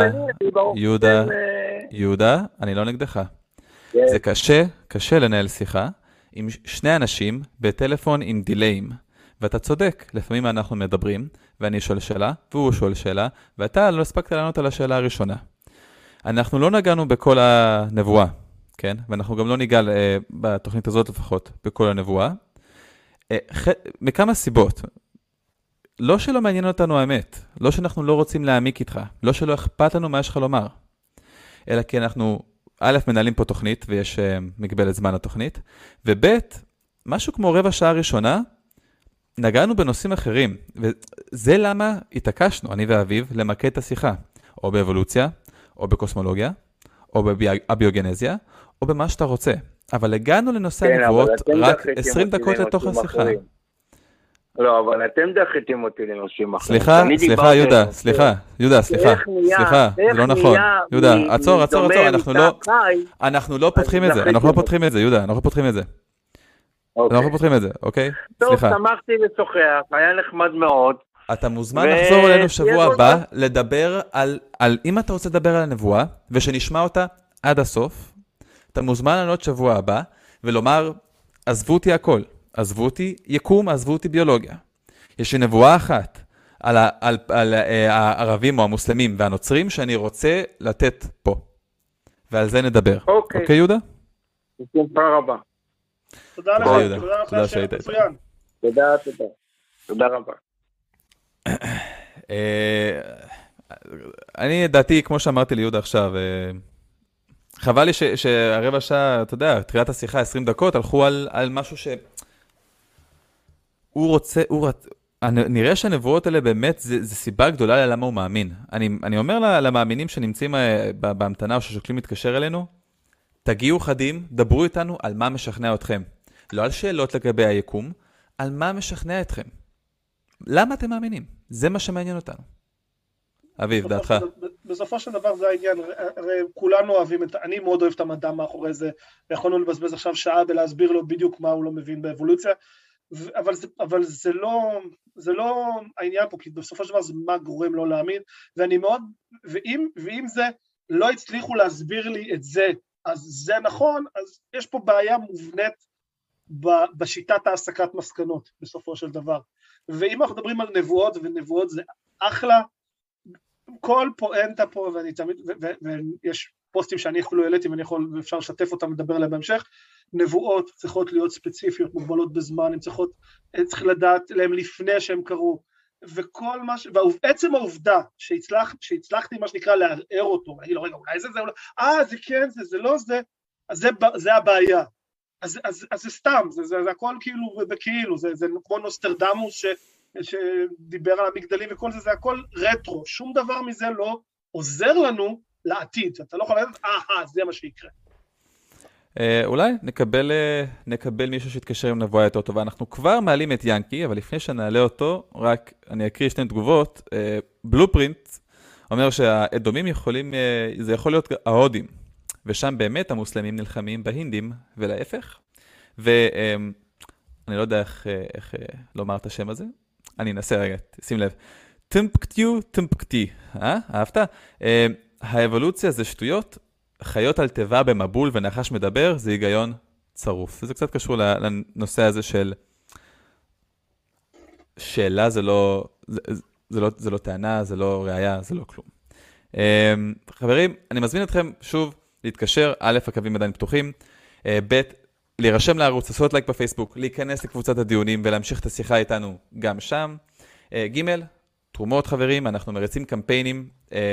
יהודה, אני לא נגדך. זה קשה לנהל שיחה עם שני אנשים בטלפון עם דיליים. ואתה צודק, לפעמים אנחנו מדברים, ואני שואל שאלה, והוא שואל שאלה, ואתה לא הספקת לענות על השאלה הראשונה. אנחנו לא נגענו בכל הנבואה, כן? ואנחנו גם לא ניגע בתוכנית הזאת לפחות, בכל הנבואה. מכמה סיבות. לא שלא מעניין אותנו האמת, לא שאנחנו לא רוצים להעמיק איתך, לא שלא אכפת לנו מה יש לך לומר, אלא כי אנחנו, א', מנהלים פה תוכנית, ויש מגבלת זמן לתוכנית, וב', משהו כמו רבע שעה ראשונה, נגענו בנושאים אחרים, וזה למה התעקשנו, אני ואביב, למקד את השיחה, או באבולוציה, או בקוסמולוגיה, או בביוגנזיה, או במה שאתה רוצה. אבל הגענו לנושא הנבואות רק 20 דקות לתוך השיחה. לא, אבל אתם דחיתם אותי לנושאים אחרים. סליחה, יהודה, סליחה, זה לא נכון. יהודה, עצור, אנחנו לא פותחים את זה, יהודה, אנחנו פותחים את זה, אוקיי? טוב, שמחתי לשוחח, היה נחמד מאוד. אתה מוזמן לחזור אלינו שבוע הבא, לדבר על, אם אתה רוצה לדבר על הנבואה, ושנשמע אותה עד הסוף, אתה מוזמן לענות שבוע הבא, ולומר, עזבו אותי הכל. עזבו אותי יקום, עזבו אותי ביולוגיה. יש לי נבואה אחת על הערבים או המוסלמים והנוצרים שאני רוצה לתת פה. ועל זה נדבר. אוקיי, יהודה? תודה רבה. תודה לך, תודה שהיית מצוין. תודה רבה. אני דעתי, כמו שאמרתי ליהודה עכשיו, חבל לי שהרבע שעה, אתה יודע, תחילת השיחה 20 דקות, הלכו על משהו ש... נראה שהנבואות האלה באמת זה סיבה גדולה ללמה הוא מאמין. אני אומר למאמינים שנמצאים בהמתנה או ששוקלים להתקשר אלינו, תגיעו חדים, דברו איתנו על מה משכנע אתכם. לא על שאלות לגבי היקום, על מה משכנע אתכם. למה אתם מאמינים? זה מה שמעניין אותנו. אביב, דעתך. בסופו של דבר זה העניין, הרי כולנו אוהבים אני מאוד אוהב את המדע מאחורי זה, ויכולנו לבזבז עכשיו שעה ולהסביר לו בדיוק מה הוא לא מבין באבולוציה, אבל זה לא העניין פה, כי בסופו של דבר זה מה גורם לא להאמין, ואני מאוד, ואם זה לא הצליחו להסביר לי את זה, אז זה נכון, אז יש פה בעיה מובנית בשיטת העסקת מסקנות, בסופו של דבר. ואם אנחנו מדברים על נבואות, ונבואות זה אחלה, כל פואנטה פה, ואני תמיד, ויש פוסטים שאני אפילו העליתי, ואפשר לשתף אותם, לדבר עליהם בהמשך, נבואות צריכות להיות ספציפיות, מוגבלות בזמן, צריך לדעת להם לפני שהם קרו, וכל מה ועצם העובדה שהצלחתי מה שנקרא לערער אותו, אני לא רגע, אולי זה, זה כן, זה לא זה, אז זה הבעיה, אז זה סתם, זה הכל כאילו בכאילו, זה כמו נוסטרדמוס שדיבר על המגדלים וכל זה, זה הכל רטרו, שום דבר מזה לא עוזר לנו לעתיד, אתה לא יכול לדעת, זה מה שיקרה. אולי נקבל מישהו שיתקשר עם נבואה יותר טובה. אנחנו כבר מעלים את ינקי, אבל לפני שנעלה אותו, רק אני אקריא שתי תגובות. בלופרינט אומר שהאדומים יכולים, זה יכול להיות ההודים, ושם באמת המוסלמים נלחמים בהינדים, ולהפך. ואני לא יודע איך לומר את השם הזה. אני אנסה רגע, שים לב. טמפקטי, אהבת? האבולוציה זה שטויות, חיות על טבע במבול ונחש מדבר, זה היגיון צרוף. זה קצת קשור לנושא הזה של שאלה, זה לא טענה, זה לא ראייה, זה לא כלום. חברים, אני מזמין אתכם שוב להתקשר, א', הקווים עדיין פתוחים, ב', להירשם לערוץ, לעשות לייק בפייסבוק, להיכנס לקבוצת הדיונים ולהמשיך את השיחה איתנו גם שם. ג', תרומות חברים, אנחנו מריצים קמפיינים,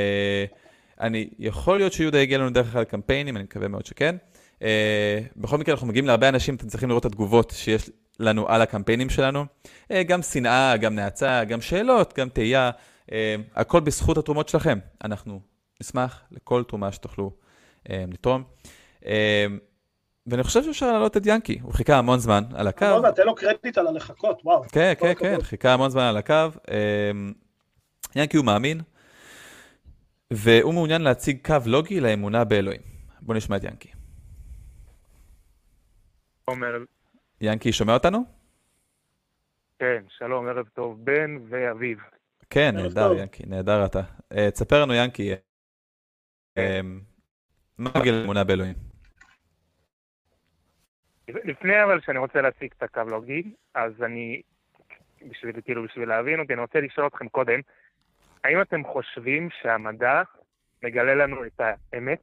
יכול להיות שיהודה יגיע לנו דרך כלל קמפיינים, אני מקווה מאוד שכן. בכל מקרה אנחנו מגיעים להרבה אנשים, אתם צריכים לראות את התגובות שיש לנו על הקמפיינים שלנו. גם שנאה, גם נאצה, גם שאלות, גם תהייה, הכל בזכות התרומות שלכם. אנחנו נשמח לכל תרומה שתוכלו לתרום. ואני חושב שאפשר להעלות את ינקי, הוא חיכה המון זמן על הקו. לא, תן לו קרדיט על הלחכות, וואו. כן, חיכה המון זמן על הקו. ינקי הוא מאמין. והוא מעוניין להציג קו לוגי לאמונה באלוהים. בוא נשמע את ינקי. ינקי, שומע אותנו? כן, שלום, ערב טוב, בן ואביב. כן, נהדר ינקי, נהדר אתה. תספר לנו ינקי, מה גיל האמונה באלוהים? לפני אבל שאני רוצה להציג את הקו לוגי, אז אני, בשביל להבין אותי, אני רוצה לשאול אתכם קודם, האם אתם חושבים שהמדע מגלה לנו את האמת?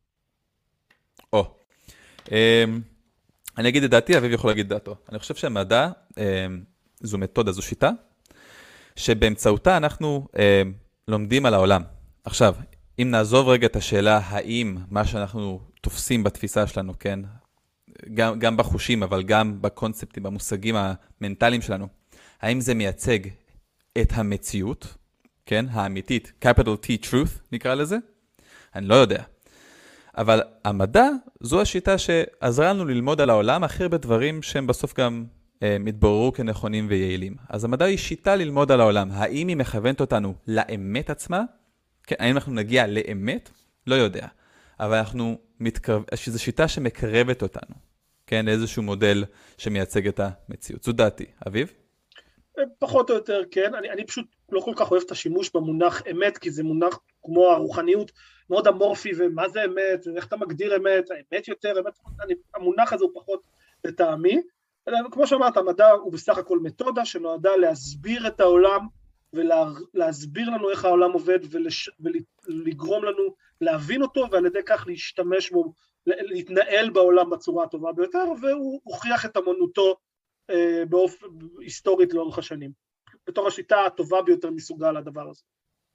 אני אגיד את דעתי, אביב יכול להגיד דעתו. אני חושב שהמדע זו מתודה, זו שיטה, שבאמצעותה אנחנו לומדים על העולם. עכשיו, אם נעזוב רגע את השאלה, האם מה שאנחנו תופסים בתפיסה שלנו, כן, גם בחושים, אבל גם בקונספטים, במושגים המנטליים שלנו, האם זה מייצג את המציאות, כן, האמיתית, capital T truth נקרא לזה? אני לא יודע. אבל המדע זו השיטה שעזרה לנו ללמוד על העולם הכי הרבה דברים שהם בסוף גם מתבררו כנכונים ויעילים. אז המדע היא שיטה ללמוד על העולם. האם היא מכוונת אותנו לאמת עצמה? כן, האם אנחנו נגיע לאמת? לא יודע. אבל שזו שיטה שמקרבת אותנו, כן, לאיזשהו מודל שמייצג את המציאות. זו דעתי. אביב? פחות או יותר, כן. אני פשוט לא כל כך אוהב את השימוש במונח אמת, כי זה מונח כמו הרוחניות מאוד אמורפי, ומה זה אמת, ואיך אתה מגדיר אמת, האמת יותר, אמת, המונח הזה הוא פחות לטעמי. כמו שאמרת, המדע הוא בסך הכל מתודה שנועדה להסביר את העולם, ולהסביר לנו איך העולם עובד, ולגרום לנו להבין אותו, ועל ידי כך להשתמש בו, להתנהל בעולם בצורה הטובה ביותר, והוא הוכיח את אמונותו באופן היסטורית לאורך השנים, בתור השיטה הטובה ביותר מסוגה על הדבר הזה.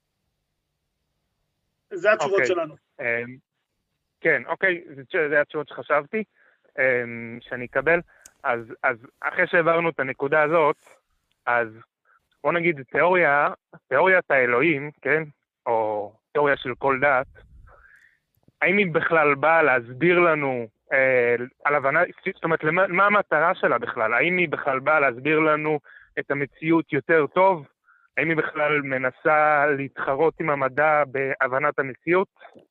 זה התשובות שלנו. כן, אוקיי, זה התשובות שחשבתי, שאני אקבל. אז אחרי שהעברנו את הנקודה הזאת, אז בוא נגיד תיאוריית האלוהים, כן, או תיאוריה של כל דת, האם היא בכלל באה להסביר לנו על הבנה, זאת אומרת, מה המטרה שלה בכלל? האם היא בכלל באה להסביר לנו את המציאות יותר טוב? האם היא בכלל מנסה להתחרות עם המדע בהבנת המציאות?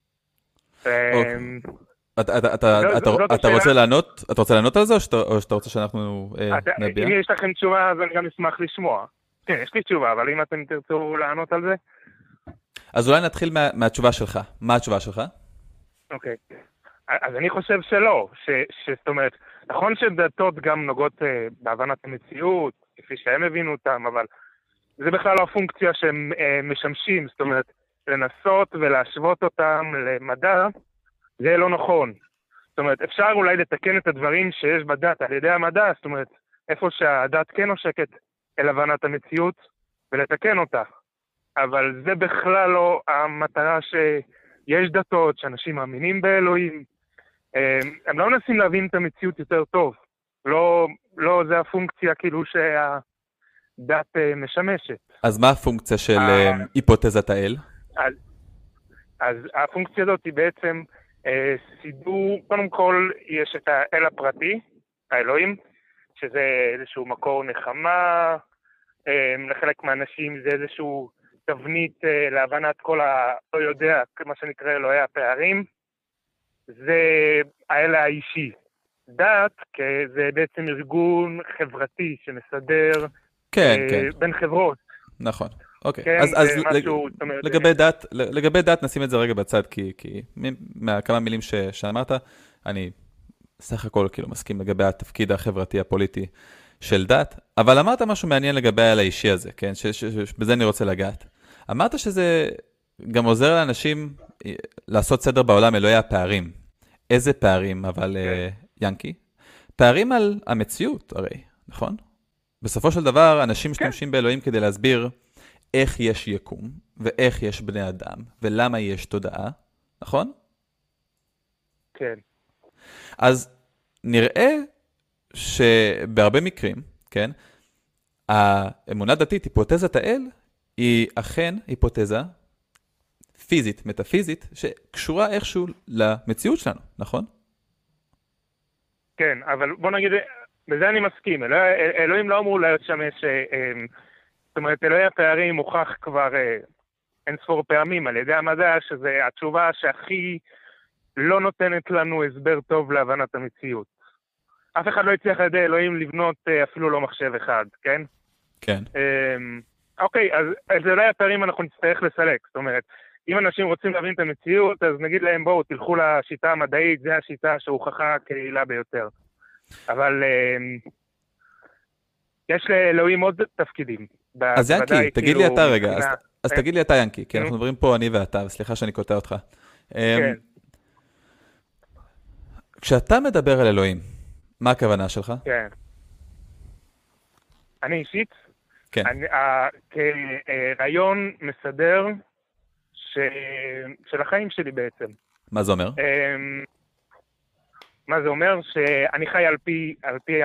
אתה רוצה לענות? אתה רוצה לענות על זה, או שאתה רוצה שאנחנו נביע? אם יש לכם תשובה, אז אני גם אשמח לשמוע. כן, יש לי תשובה, אבל אם אתם תרצו לענות על זה? אז אולי נתחיל מהתשובה שלך. מה התשובה שלך? אוקיי. אז אני חושב שלא, זאת אומרת, נכון שדתות גם נוגעות בהבנת המציאות, כפי שהם הבינו אותם, אבל זה בכלל לא הפונקציה שהם משמשים, זאת אומרת, לנסות ולהשוות אותם למדע, זה לא נכון. זאת אומרת, אפשר אולי לתקן את הדברים שיש בדת על ידי המדע, זאת אומרת, איפה שהדת כן נושקת אל הבנת המציאות, ולתקן אותה. אבל זה בכלל לא המטרה שיש דתות, שאנשים מאמינים באלוהים, הם לא מנסים להבין את המציאות יותר טוב. לא זה הפונקציה כאילו שהדת משמשת. אז מה הפונקציה של היפותזת האל? אז הפונקציה הזאת היא בעצם סידור, קודם כל יש את האל הפרטי, האלוהים, שזה איזשהו מקור נחמה, לחלק מהאנשים זה איזשהו תבנית להבנת כל לא יודע, מה שנקרא אלוהי הפערים, זה האל האישי. דת, זה בעצם ארגון חברתי שמסדר בין חברות. נכון. אוקיי, כן, אז משהו, לגבי דת נשים את זה רגע בצד, כי מכמה מילים שאמרת, אני סך הכל כאילו מסכים לגבי התפקיד החברתי הפוליטי של דת, אבל אמרת משהו מעניין לגבי על האישי הזה, כן? שבזה אני רוצה לגעת. אמרת שזה גם עוזר לאנשים לעשות סדר בעולם, אלוהי הפערים. איזה פערים, אבל ינקי? פערים על המציאות, הרי, נכון? בסופו של דבר, אנשים משתמשים באלוהים כדי להסביר איך יש יקום, ואיך יש בני אדם, ולמה יש תודעה, נכון? כן. אז נראה שבהרבה מקרים, כן, האמונה דתית, היפותזת האל, היא אכן היפותזה פיזית, מטאפיזית, שקשורה איכשהו למציאות שלנו, נכון? כן, אבל בוא נגיד, בזה אני מסכים, אלוהים לא אמור לשמש, זאת אומרת, אלוהי הפערים מוכח כבר אין ספור פעמים על ידי המדע, שזה התשובה שהכי לא נותנת לנו הסבר טוב להבנת המציאות. אף אחד לא הצליח על ידי אלוהים לבנות אפילו לא מחשב אחד, כן? כן. אוקיי, אז אלוהי הפערים אנחנו נצטרך לסלק, זאת אומרת, אם אנשים רוצים להבין את המציאות, אז נגיד להם בואו, תלכו לשיטה המדעית, זה השיטה שהוכחה כעילה ביותר. אבל יש לאלוהים עוד תפקידים. אז ינקי, תגיד לי אתה רגע, אז תגיד לי אתה ינקי, כי אנחנו מדברים פה אני ואתה, וסליחה שאני קוטע אותך. כן. כשאתה מדבר על אלוהים, מה הכוונה שלך? כן. אני אישית? כן. כרעיון מסדר של החיים שלי בעצם. מה זה אומר? מה זה אומר? שאני חי על פי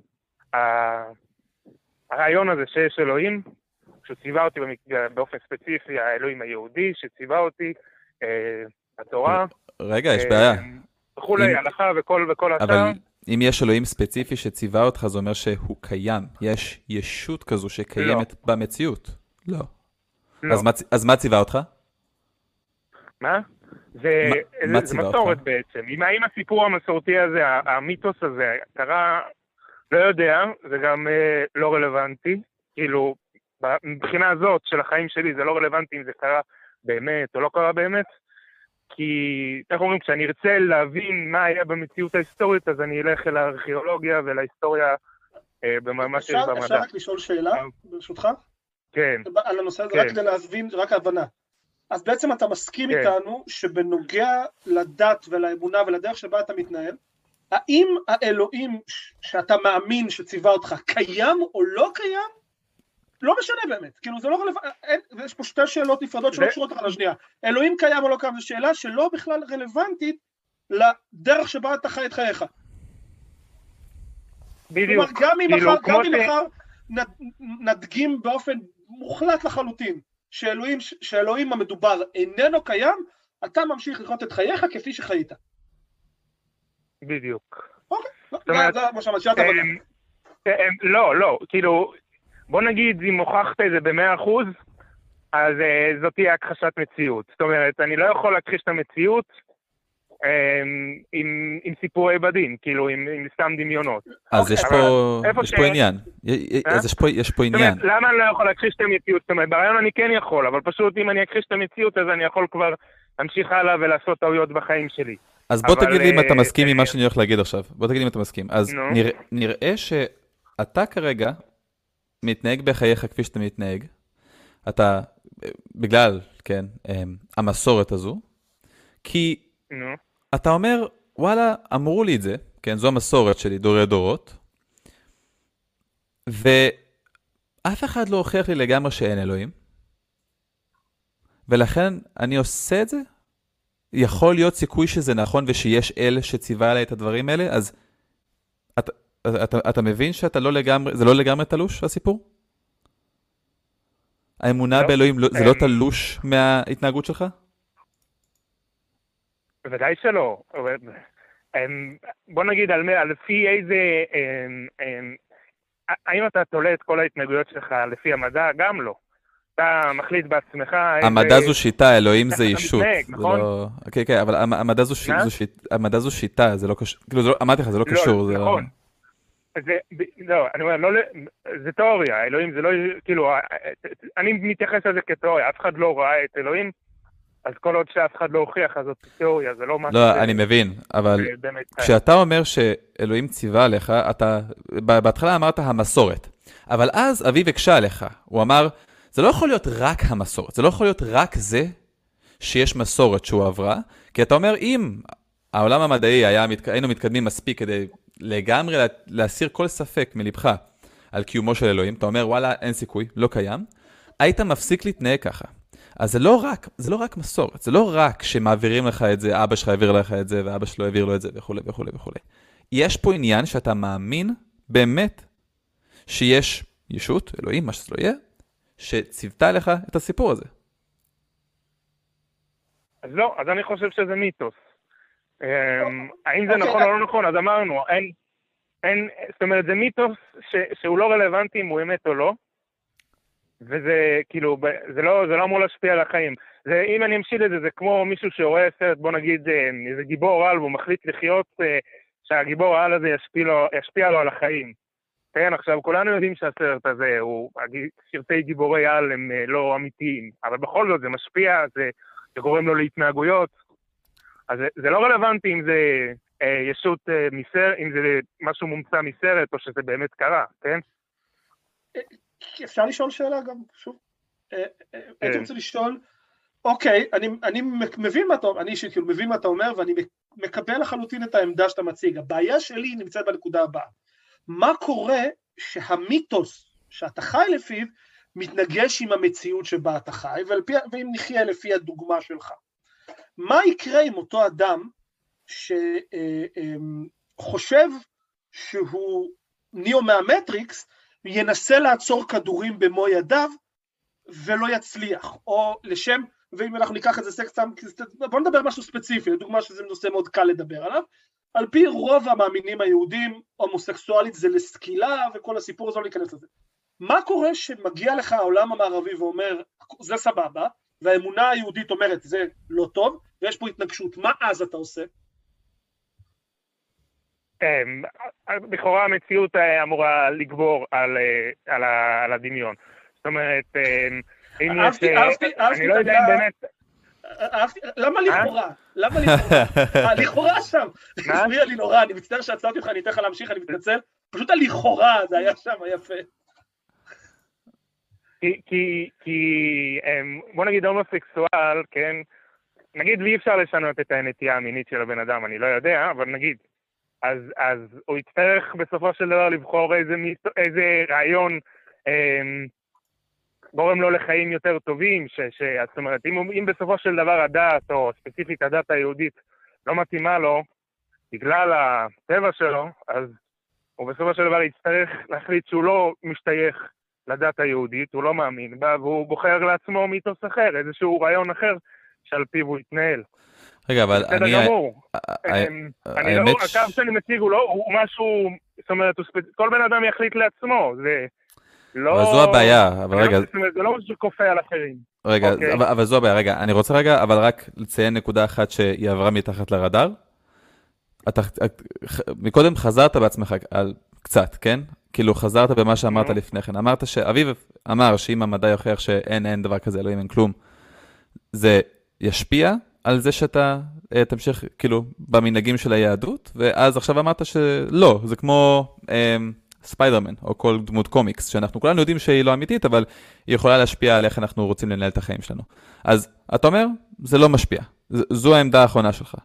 הרעיון הזה שיש אלוהים, שציווה אותי באופן ספציפי, האלוהים היהודי, שציווה אותי, התורה. רגע, יש בעיה. וכולי, הלכה וכל השאר. אבל אם יש אלוהים ספציפי שציווה אותך, זה אומר שהוא קיים. יש ישות כזו שקיימת במציאות. לא. אז מה ציווה אותך? מה? זה מסורת בעצם. אם הסיפור המסורתי הזה, המיתוס הזה, קרה, לא יודע, זה גם לא רלוונטי. כאילו, מבחינה הזאת של החיים שלי, זה לא רלוונטי אם זה קרה באמת או לא קרה באמת. כי, איך אומרים, כשאני ארצה להבין מה היה במציאות ההיסטורית, אז אני אלך אל הארכיאולוגיה ולהיסטוריה במה שיש במדע. אפשר רק לשאול שאלה, ברשותך? כן. על הנושא הזה, רק כדי להבין, רק ההבנה. אז בעצם אתה מסכים איתנו שבנוגע לדת ולאמונה ולדרך שבה אתה מתנהל, האם האלוהים שאתה מאמין שציווה אותך קיים או לא קיים? לא משנה באמת, כאילו זה לא רלוונטי, יש פה שתי שאלות נפרדות שלא קשורות אחת לשנייה. אלוהים קיים או לא קיים, זו שאלה שלא בכלל רלוונטית לדרך שבה אתה חי את חייך. בדיוק. כלומר, גם אם מחר נדגים באופן מוחלט לחלוטין, שאלוהים המדובר איננו קיים, אתה ממשיך לחיות את חייך כפי שחיית. בדיוק. אוקיי, זה מה שאמרת, שאלת הבנה. לא, כאילו, בוא נגיד, אם הוכחת את זה ב100%, אז זאת תהיה הכחשת מציאות. זאת אומרת, אני לא יכול להכחיש את המציאות עם סיפורי בדים, כאילו, עם סתם דמיונות. אז יש פה עניין. אז יש פה עניין. זאת אומרת, למה אני לא יכול להכחיש את המציאות? זאת אומרת, ברעיון אני כן יכול, אבל פשוט אם אני אכחיש את המציאות, אז אני יכול כבר להמשיך הלאה ולעשות טעויות בחיים שלי. אז בוא תגיד לי אם אתה מסכים עם מה שאני הולך להגיד עכשיו. בוא תגיד לי אם אתה מסכים. אז נראה שאתה כרגע מתנהג בחייך כפי שאתה מתנהג. אתה, בגלל, כן, המסורת הזו, כי אתה אומר, וואלה, אמרו לי את זה, כן, זו המסורת שלי, דורי דורות, ואף אחד לא הוכיח לי לגמרי שאין אלוהים, ולכן אני עושה את זה יכול להיות סיכוי שזה נכון ושיש אל שציווה עליי את הדברים האלה, אז אתה מבין שאתה לא לגמרי, זה לא לגמרי תלוש, הסיפור? האמונה באלוהים, זה לא תלוש מההתנהגות שלך? בוודאי שלא. בוא נגיד, לפי איזה... האם אתה תולה את כל ההתנהגויות שלך לפי המדע? גם לא. אתה מחליט בעצמך... המדע זו שיטה, אלוהים זה ישות. נכון? כן, כן, אבל המדע זו שיטה, זה לא קשור. כאילו, אמרתי לך, זה לא קשור. נכון. לא, אני אומר, זה תיאוריה, אלוהים זה לא, כאילו, אני מתייחס לזה כתיאוריה, אף אחד לא ראה את אלוהים, אז כל עוד שאף אחד לא הוכיח, אז זאת תיאוריה, זה לא משהו... לא, אני מבין, אבל כשאתה אומר שאלוהים ציווה עליך, אתה, בהתחלה אמרת המסורת, אבל אז אביב הקשה עליך, הוא אמר, זה לא יכול להיות רק המסורת, זה לא יכול להיות רק זה שיש מסורת שהוא עברה, כי אתה אומר, אם העולם המדעי היינו מתקדמים מספיק כדי לגמרי להסיר כל ספק מלבך על קיומו של אלוהים, אתה אומר, וואלה, אין סיכוי, לא קיים, היית מפסיק להתנהג ככה. אז זה לא רק מסורת, זה לא רק שמעבירים לך את זה, אבא שלך העביר לך את זה, ואבא שלו העביר לו את זה, וכו' וכו' וכו'. יש פה עניין שאתה מאמין באמת שיש ישות, אלוהים, מה שזה לא יהיה, שציוותה לך את הסיפור הזה. אז לא, אז אני חושב שזה מיתוס. האם זה נכון או לא נכון, אז אמרנו, זאת אומרת, זה מיתוס שהוא לא רלוונטי אם הוא אמת או לא, וזה כאילו, זה לא אמור להשפיע על החיים. אם אני אמשיל את זה, זה כמו מישהו שרואה סרט, בוא נגיד, איזה גיבור על, והוא מחליט לחיות, שהגיבור העל הזה ישפיע לו על החיים. כן, עכשיו, כולנו יודעים שהסרט הזה, סרטי גיבורי על הם לא אמיתיים, אבל בכל זאת זה משפיע, זה גורם לו להתנהגויות, אז זה לא רלוונטי אם זה ישות מסרט, אם זה משהו מומצא מסרט, או שזה באמת קרה, כן? אפשר לשאול שאלה גם, שוב? הייתי רוצה לשאול, אוקיי, אני מבין מה אתה אומר, אני אישית כאילו מבין מה אתה אומר, ואני מקבל לחלוטין את העמדה שאתה מציג. הבעיה שלי נמצאת בנקודה הבאה. מה קורה שהמיתוס שאתה חי לפיו, מתנגש עם המציאות שבה אתה חי, ואם נחיה לפי הדוגמה שלך. מה יקרה עם אותו אדם שחושב שהוא ניאו מהמטריקס, ינסה לעצור כדורים במו ידיו, ולא יצליח, או לשם, ואם אנחנו ניקח את זה סקסטם, בוא נדבר משהו ספציפי, לדוגמה שזה נושא מאוד קל לדבר עליו, על פי רוב המאמינים היהודים, הומוסקסואלית זה לסקילה, וכל הסיפור הזה לא להיכנס לזה. מה קורה שמגיע לך העולם המערבי ואומר, זה סבבה, והאמונה היהודית אומרת, זה לא טוב, ויש פה התנגשות, מה אז אתה עושה? בכאורה המציאות אמורה לגבור על הדמיון. זאת אומרת, אם יש... אני לא יודע אם באמת... למה לכאורה? למה לכאורה? לכאורה שם. תסביר לי נורא, אני מצטער שעצרתי אותך, אני אתן לך להמשיך, אני מתנצל. פשוט הלכאורה, זה היה שם, היפה. כי בוא נגיד הומוסקסואל, כן, נגיד לי אפשר לשנות את הנטייה המינית של הבן אדם, אני לא יודע, אבל נגיד, אז הוא יצטרך בסופו של דבר לבחור איזה רעיון גורם לו לחיים יותר טובים, זאת אומרת, אם בסופו של דבר הדת, או ספציפית הדת היהודית, לא מתאימה לו, בגלל הטבע שלו, אז הוא בסופו של דבר יצטרך להחליט שהוא לא משתייך לדת היהודית, הוא לא מאמין בה, והוא בוחר לעצמו מיתוס אחר, איזשהו רעיון אחר, שעל פיו הוא יתנהל. רגע, אבל אני... הקו שאני מציג הוא משהו, זאת אומרת, כל בן אדם יחליט לעצמו, זה לא... אבל זו הבעיה, אבל רגע... זה לא משהו שכופה על אחרים. רגע, אבל זו הבעיה, רגע, אני רוצה רגע, אבל רק לציין נקודה אחת שהיא עברה מתחת לרדאר. מקודם חזרת בעצמך על קצת, כן? כאילו חזרת במה שאמרת לפני כן. אמרת שאביב אמר שאם המדע יוכיח שאין דבר כזה, אלוהים אין כלום, זה ישפיע על זה שאתה תמשיך כאילו במנהגים של היהדות, ואז עכשיו אמרת שלא, זה כמו ספיידרמן או כל דמות קומיקס, שאנחנו כולנו יודעים שהיא לא אמיתית, אבל היא יכולה להשפיע על איך אנחנו רוצים לנהל את החיים שלנו. אז אתה אומר, זה לא משפיע. זו העמדה האחרונה שלך.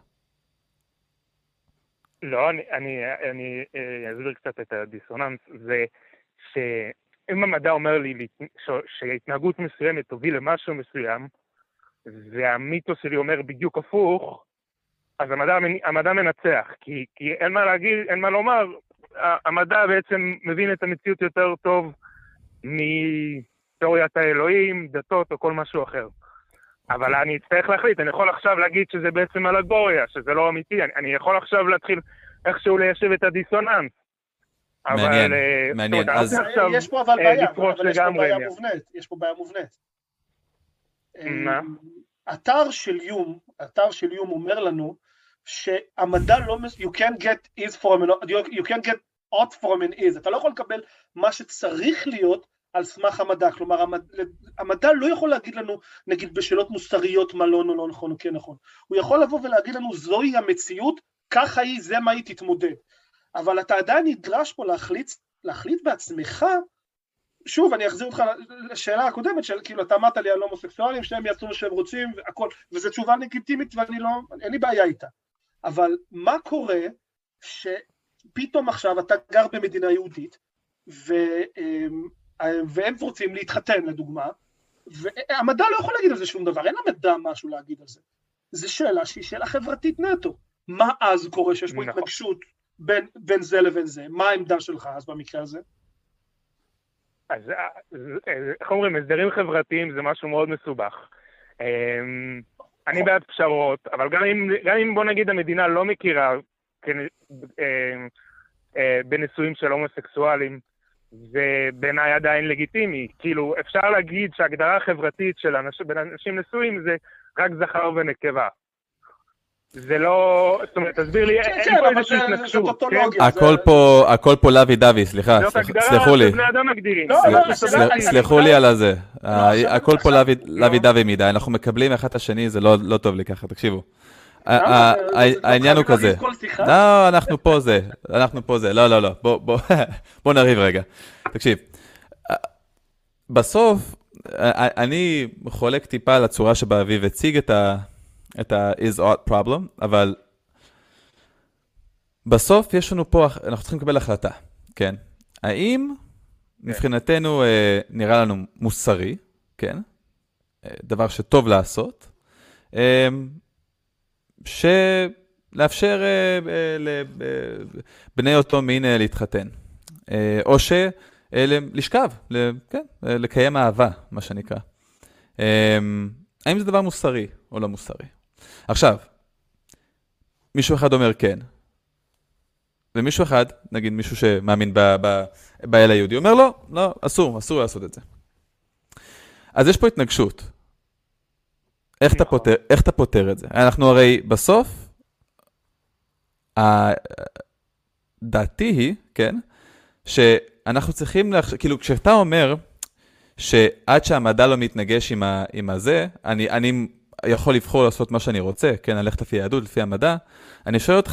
לא, אני אסביר קצת את הדיסוננס, זה שאם המדע אומר לי שההתנהגות מסוימת תוביל למשהו מסוים, והמיתוס שלי אומר בדיוק הפוך, אז המדע מנצח, כי אין מה להגיד, אין מה לומר, המדע בעצם מבין את המציאות יותר טוב מתיאוריית האלוהים, דתות או כל משהו אחר. אבל אני אצטרך להחליט, אני יכול עכשיו להגיד שזה בעצם אלגוריה, שזה לא אמיתי, אני יכול עכשיו להתחיל איכשהו ליישב את הדיסוננס. מעניין, מעניין. יש פה אבל בעיה, יש פה בעיה מובנית. מה? אתר של יום אומר לנו שהמדע לא, you can't get out from an is, אתה לא יכול לקבל מה שצריך להיות על סמך המדע, כלומר המדע לא יכול להגיד לנו, נגיד בשאלות מוסריות מה לא נכון או כן נכון, הוא יכול לבוא ולהגיד לנו זוהי המציאות, ככה היא, זה מה היא תתמודד, אבל אתה עדיין נדרש פה להחליט בעצמך, שוב אני אחזיר אותך לשאלה הקודמת, של כאילו אתה אמרת לי על הומוסקסואלים, שהם יצאו שהם רוצים, הכל, וזו תשובה לגיטימית אין לי בעיה איתה, אבל מה קורה שפתאום עכשיו אתה גר במדינה יהודית, והם רוצים להתחתן לדוגמה, והמדע לא יכול להגיד על זה שום דבר, אין המדע משהו להגיד על זה. זו שאלה שהיא שאלה חברתית נטו. מה אז קורה שיש פה התנגשות בין זה לבין זה? מה העמדה שלך אז במקרה הזה? אז איך אומרים, הסדרים חברתיים זה משהו מאוד מסובך. אני בעד פשרות, אבל גם אם בוא נגיד המדינה לא מכירה בנישואים של הומוסקסואלים, זה בעיניי עדיין לגיטימי. כאילו, אפשר להגיד שההגדרה החברתית של בין אנשים נשואים זה רק זכר ונקבה. זה לא, זאת אומרת, תסביר לי, אין פה איזושהי התנגשות. הכל פה לוי דווי, סליחה, סלחו לי. סלחו לי על הזה. הכל פה לוי דווי מדי, אנחנו מקבלים אחד את השני, זה לא טוב לי ככה, תקשיבו. העניין הוא כזה. לא, אנחנו פה זה. לא. בוא נריב רגע. תקשיב. בסוף, אני חולק טיפה על הצורה שבה אביב הציג את ה-is ought problem, אבל בסוף יש לנו פה, אנחנו צריכים לקבל החלטה, כן? האם מבחינתנו נראה לנו מוסרי, כן? דבר שטוב לעשות, שלאפשר לבני אותו מין להתחתן, או לשכב, כן, לקיים אהבה, מה שנקרא. האם זה דבר מוסרי או לא מוסרי? עכשיו, מישהו אחד אומר כן, ומישהו אחד, נגיד מישהו שמאמין באל היהודי, אומר לא, אסור לעשות את זה. אז יש פה התנגשות. איך אתה פותר את זה? אנחנו הרי בסוף, דעתי היא, כן, שאנחנו צריכים, כאילו כשאתה אומר שעד שהמדע לא מתנגש עם הזה, אני יכול לבחור לעשות מה שאני רוצה, כן, ללכת לפי היהדות, לפי המדע, אני שואל אותך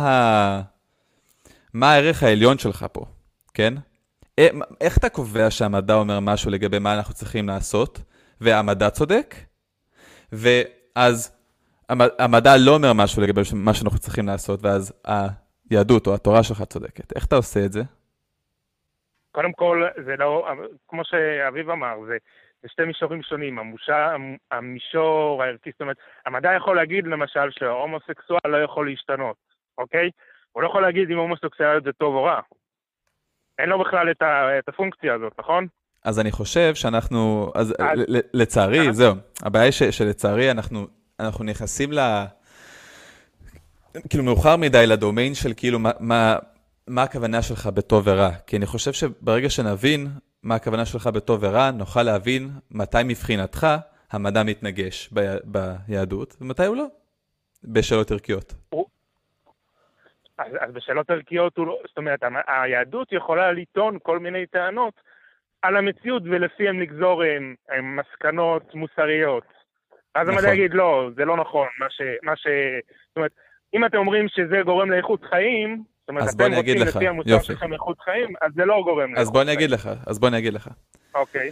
מה הערך העליון שלך פה, כן? איך אתה קובע שהמדע אומר משהו לגבי מה אנחנו צריכים לעשות, והמדע צודק? ואז המדע לא אומר משהו לגבי מה שאנחנו צריכים לעשות, ואז היהדות או התורה שלך צודקת. איך אתה עושה את זה? קודם כל, זה לא, כמו שאביב אמר, זה שתי מישורים שונים. המישור הערכי, זאת אומרת, המדע יכול להגיד למשל שההומוסקסואל לא יכול להשתנות, אוקיי? הוא לא יכול להגיד אם הומוסקסואליות זה טוב או רע. אין לו בכלל את הפונקציה הזאת, נכון? אז אני חושב שאנחנו, לצערי, זהו, הבעיה היא שלצערי אנחנו נכנסים כאילו מאוחר מדי לדומיין של כאילו מה הכוונה שלך בטוב ורע. כי אני חושב שברגע שנבין מה הכוונה שלך בטוב ורע, נוכל להבין מתי מבחינתך המדע מתנגש ביהדות, ומתי הוא לא, בשאלות ערכיות. אז בשאלות ערכיות, זאת אומרת, היהדות יכולה לטעון כל מיני טענות על המציאות, ולפיהם לגזור מסקנות מוסריות. אז המדע יגיד, לא, זה לא נכון, זאת אומרת, אם אתם אומרים שזה גורם לאיכות חיים, זאת אומרת, אתם רוצים לפי המוצר שלכם לאיכות חיים, אז זה לא גורם לאיכות חיים. אז בוא נגיד לך. אוקיי.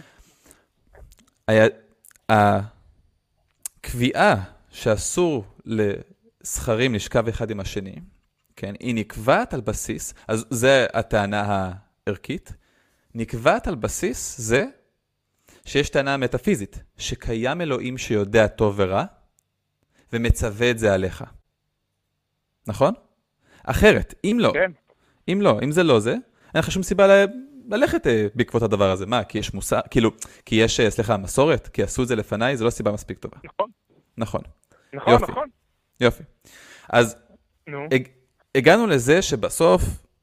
הקביעה שאסור לסחרים לשכב אחד עם השני, כן, היא נקבעת על בסיס, אז זה הטענה הערכית, נקבעת על בסיס זה שיש טענה מטאפיזית, שקיים אלוהים שיודע טוב ורע, ומצווה את זה עליך. נכון? אחרת, אם לא, כן. אם זה לא זה, אין לך שום סיבה ללכת בעקבות הדבר הזה. מה? כי יש מוסר, כאילו, כי יש, מסורת, כי עשו את זה לפניי, זה לא סיבה מספיק טובה. נכון. נכון. יופי. אז הגענו לזה שבסוף,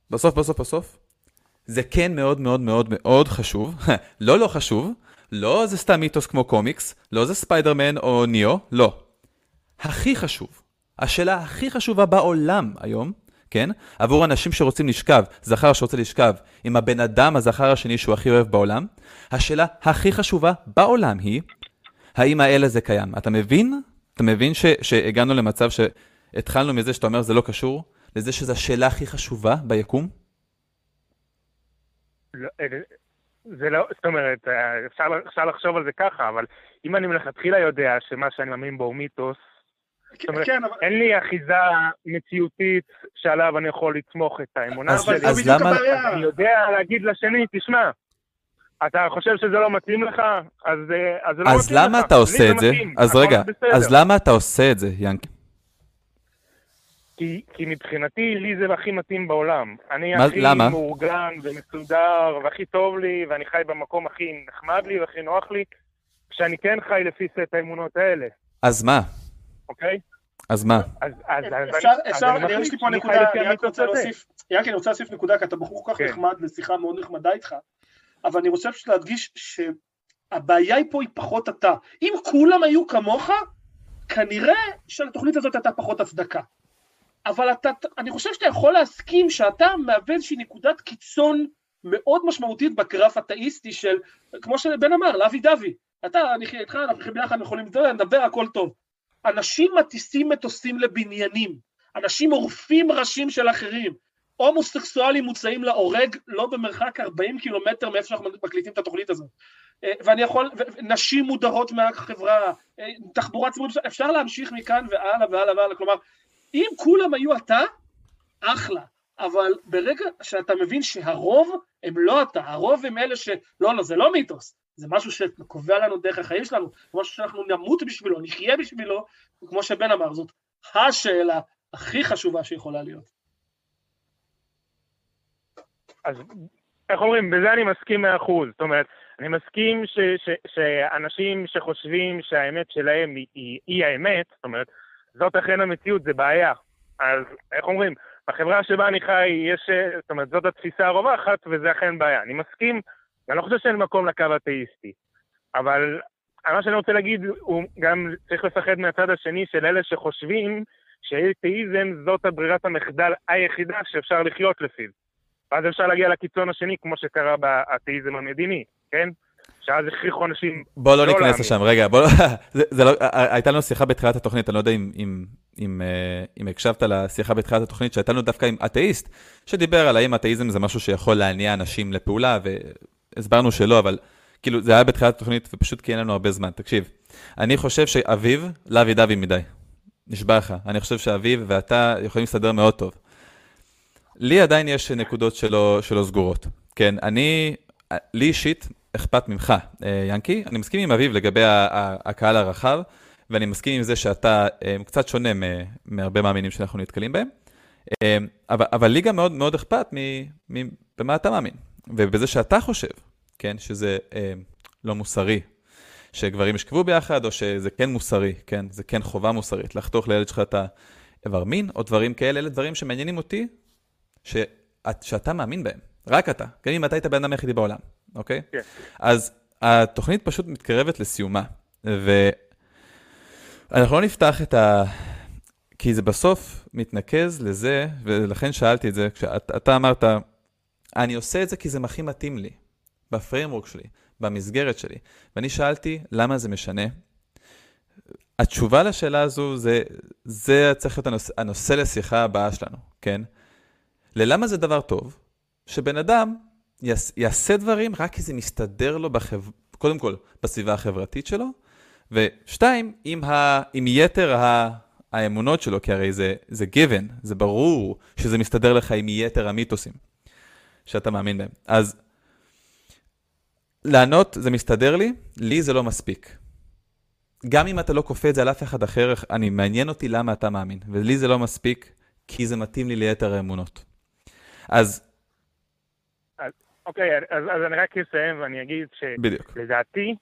זה כן מאוד מאוד מאוד מאוד חשוב. לא חשוב, לא זה סתם מיתוס כמו קומיקס, לא זה ספיידרמן או ניאו, לא. הכי חשוב, השאלה הכי חשובה בעולם היום, כן? עבור אנשים שרוצים לשכב, זכר שרוצה לשכב, עם הבן אדם הזכר השני שהוא הכי אוהב בעולם, השאלה הכי חשובה בעולם היא, האם האל הזה קיים? אתה מבין שהגענו למצב שהתחלנו מזה שאתה אומר זה לא קשור, לזה שזו השאלה הכי חשובה ביקום? זה לא, זאת אומרת, אפשר לחשוב על זה ככה, אבל אם אני מלכתחילה יודע שמה שאני מאמין בו הוא מיתוס, זאת אומרת, אין לי אחיזה מציאותית שעליו אני יכול לצמוך את האמונה שלי. אז למה... אני יודע להגיד לשני, תשמע, אתה חושב שזה לא מתאים לך, אז זה לא מתאים לך. אז למה אתה עושה את זה? אז רגע, אז למה אתה עושה את זה, ינקי? כי מבחינתי, לי זה הכי מתאים בעולם. אני הכי מאורגן ומסודר, והכי טוב לי, ואני חי במקום הכי נחמד לי והכי נוח לי, כשאני כן חי לפי סט האמונות האלה. אז מה? אוקיי? אז מה? יש לי פה נקודה, אני רוצה להוסיף נקודה, כי אתה בחור כל כך נחמד, לשיחה מאוד נחמדה איתך, אבל אני רוצה פשוט להדגיש שהבעיה פה היא פחות אתה. אם כולם היו כמוך, כנראה שלתוכנית הזאת הייתה פחות הצדקה. אבל אני חושב שאתה יכול להסכים שאתה מהווה איזושהי נקודת קיצון מאוד משמעותית בגרף התאיסטי של, כמו שבן אמר, לאבי דווי. אני איתך, אנחנו ביחד יכולים לדבר, הכל טוב. אנשים מטיסים מטוסים לבניינים, אנשים עורפים ראשים של אחרים, הומוסקסואלים מוצאים להורג לא במרחק 40 קילומטר מאיפה שאנחנו מקליטים את התוכנית הזאת. נשים מודרות מהחברה, תחבורה ציבורית, אפשר להמשיך מכאן והלאה, כלומר, אם כולם היו אתה, אחלה, אבל ברגע שאתה מבין שהרוב הם לא אתה, הרוב הם אלה לא, זה לא מיתוס, זה משהו שקובע לנו דרך החיים שלנו, זה משהו שאנחנו נמות בשבילו, נחיה בשבילו, כמו שבן אמר, זאת השאלה הכי חשובה שיכולה להיות. אז איך אומרים, בזה אני מסכים 100%, זאת אומרת, אני מסכים שאנשים שחושבים שהאמת שלהם היא האמת, זאת אומרת, זאת אכן המציאות, זה בעיה. אז איך אומרים, בחברה שבה אני חי, זאת אומרת, זאת התפיסה הרווחת, וזה אכן בעיה. אני מסכים, אני לא חושב שאין מקום לקו התאיסטי. אבל מה שאני רוצה להגיד, הוא גם צריך לפחד מהצד השני של אלה שחושבים שהתאיזם זאת הברירת המחדל היחידה שאפשר לחיות לפיו. ואז אפשר להגיע לקיצון השני, כמו שקרה באתאיזם המדיני, כן? שאז הכריחו אנשים... בוא לא ניכנס לשם, רגע, הייתה לנו שיחה בתחילת התוכנית, אני לא יודע אם הקשבת לשיחה בתחילת התוכנית, שהייתה לנו דווקא עם אתאיסט, שדיבר על האם אתאיזם זה משהו שיכול להניע אנשים לפעולה, והסברנו שלא, אבל כאילו זה היה בתחילת התוכנית, ופשוט כי אין לנו הרבה זמן. תקשיב, אני חושב שאביב, לאבי דווי מדי, נשבע לך, אני חושב שאביב ואתה יכולים לסדר מאוד טוב. לי עדיין יש נקודות שלא סגורות, כן, לי אישית, אכפת ממך, ינקי. אני מסכים עם אביב לגבי הקהל הרחב, ואני מסכים עם זה שאתה קצת שונה מהרבה מאמינים שאנחנו נתקלים בהם, אבל לי גם מאוד מאוד אכפת במה אתה מאמין, ובזה שאתה חושב, כן, שזה לא מוסרי, שגברים ישכבו ביחד, או שזה כן מוסרי, כן, זה כן חובה מוסרית, לחתוך לילד שלך את האיבר מין, או דברים כאלה, אלה דברים שמעניינים אותי, שאתה מאמין בהם, רק אתה, גם אם אתה היית בן אדם היחידי בעולם. אוקיי? כן. אז התוכנית פשוט מתקרבת לסיומה, ואנחנו לא נפתח כי זה בסוף מתנקז לזה, ולכן שאלתי את זה, כשאתה אמרת, אני עושה את זה כי זה הכי מתאים לי, בפריימוורק שלי, במסגרת שלי, ואני שאלתי למה זה משנה. התשובה לשאלה הזו, זה צריך להיות הנושא לשיחה הבאה שלנו, כן? ללמה זה דבר טוב? שבן אדם יעשה דברים רק כי זה מסתדר לו קודם כל בסביבה החברתית שלו, ושתיים, עם יתר האמונות שלו, כי הרי זה given, זה ברור שזה מסתדר לך עם יתר המיתוסים שאתה מאמין בהם. אז לענות זה מסתדר לי, לי זה לא מספיק. גם אם אתה לא כופה את זה על אף אחד אחר, מעניין אותי למה אתה מאמין, ולי זה לא מספיק, כי זה מתאים לי ליתר האמונות. אז... אוקיי, אז אני רק אסיים ואני אגיד שלדעתי,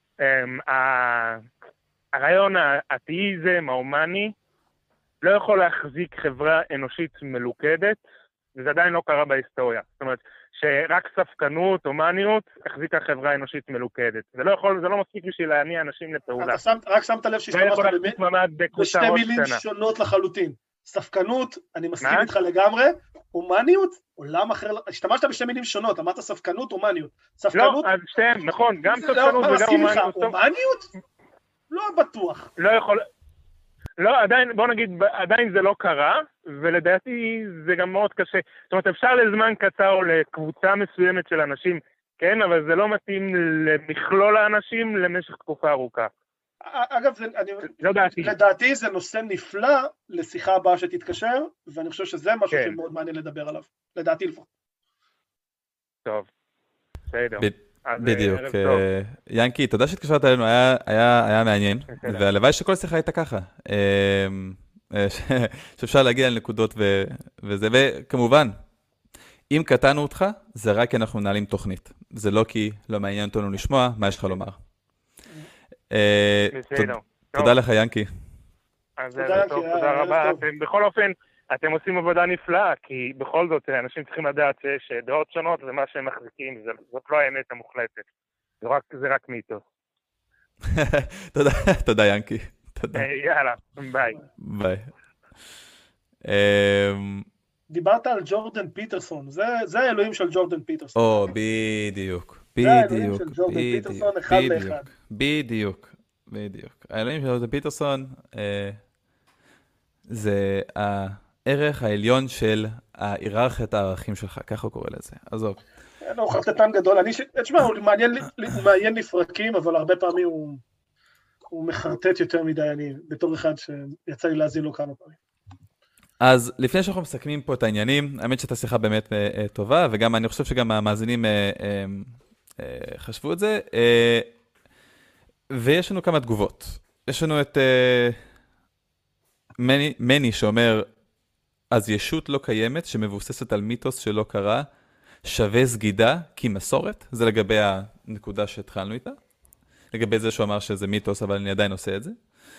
הרעיון האתאיזם ההומני לא יכול להחזיק חברה אנושית מלוכדת, וזה עדיין לא קרה בהיסטוריה. זאת אומרת, שרק ספקנות, הומניות, החזיקה חברה אנושית מלוכדת. זה לא מספיק בשביל להניע אנשים לפעולה. אתה רק שמת לב שהשתמשת בשתי מילים שונות לחלוטין. ספקנות, אני מסכים איתך לגמרי, הומניות, עולם אחר, השתמשת בשתי מילים שונות, אמרת ספקנות, הומניות. לא, אז שתיהם, נכון, גם ספקנות וגם הומניות. הומניות? לא בטוח. לא יכול... לא, עדיין, בוא נגיד, עדיין זה לא קרה, ולדעתי זה גם מאוד קשה. זאת אומרת, אפשר לזמן קצר או לקבוצה מסוימת של אנשים, כן, אבל זה לא מתאים למכלול האנשים למשך תקופה ארוכה. אגב, לדעתי זה נושא נפלא לשיחה הבאה שתתקשר, ואני חושב שזה משהו שמאוד מעניין לדבר עליו. לדעתי לפחות. טוב, בסדר. בדיוק. ינקי, תודה שהתקשרת אלינו, היה מעניין, והלוואי שכל שיחה הייתה ככה. שאפשר להגיע לנקודות וזה, וכמובן, אם קטענו אותך, זה רק כי אנחנו מנהלים תוכנית. זה לא כי לא מעניין אותנו לשמוע מה יש לך לומר. תודה לך, ינקי. תודה רבה. בכל אופן, אתם עושים עבודה נפלאה, כי בכל זאת אנשים צריכים לדעת שיש דעות שונות ומה שהם מחזיקים, זאת לא האמת המוחלטת. זה רק מיתוס. תודה ינקי. יאללה, ביי. ביי. דיברת על ג'ורדן פיטרסון, זה האלוהים של ג'ורדן פיטרסון. או, בדיוק. זה האלוהים של ג'ורדן פיטרסון אחד לאחד. בדיוק. האלוהים של ג'ורדן פיטרסון זה הערך העליון של ההיררכיית הערכים שלך, ככה הוא קורא לזה. עזוב. הוא חרטטן גדול, תשמע, הוא מעניין לפרקים, אבל הרבה פעמים הוא מחרטט יותר מדי, אני בתור אחד שיצא לי להזין לו כמה פעמים. אז לפני שאנחנו מסכמים פה את העניינים, האמת שאתה שיחה באמת טובה, וגם אני חושב שגם המאזינים חשבו את זה, ויש לנו כמה תגובות. יש לנו את מני שאומר, אז ישות לא קיימת שמבוססת על מיתוס שלא קרה, שווה סגידה כמסורת, זה לגבי הנקודה שהתחלנו איתה, לגבי זה שהוא אמר שזה מיתוס, אבל אני עדיין עושה את זה.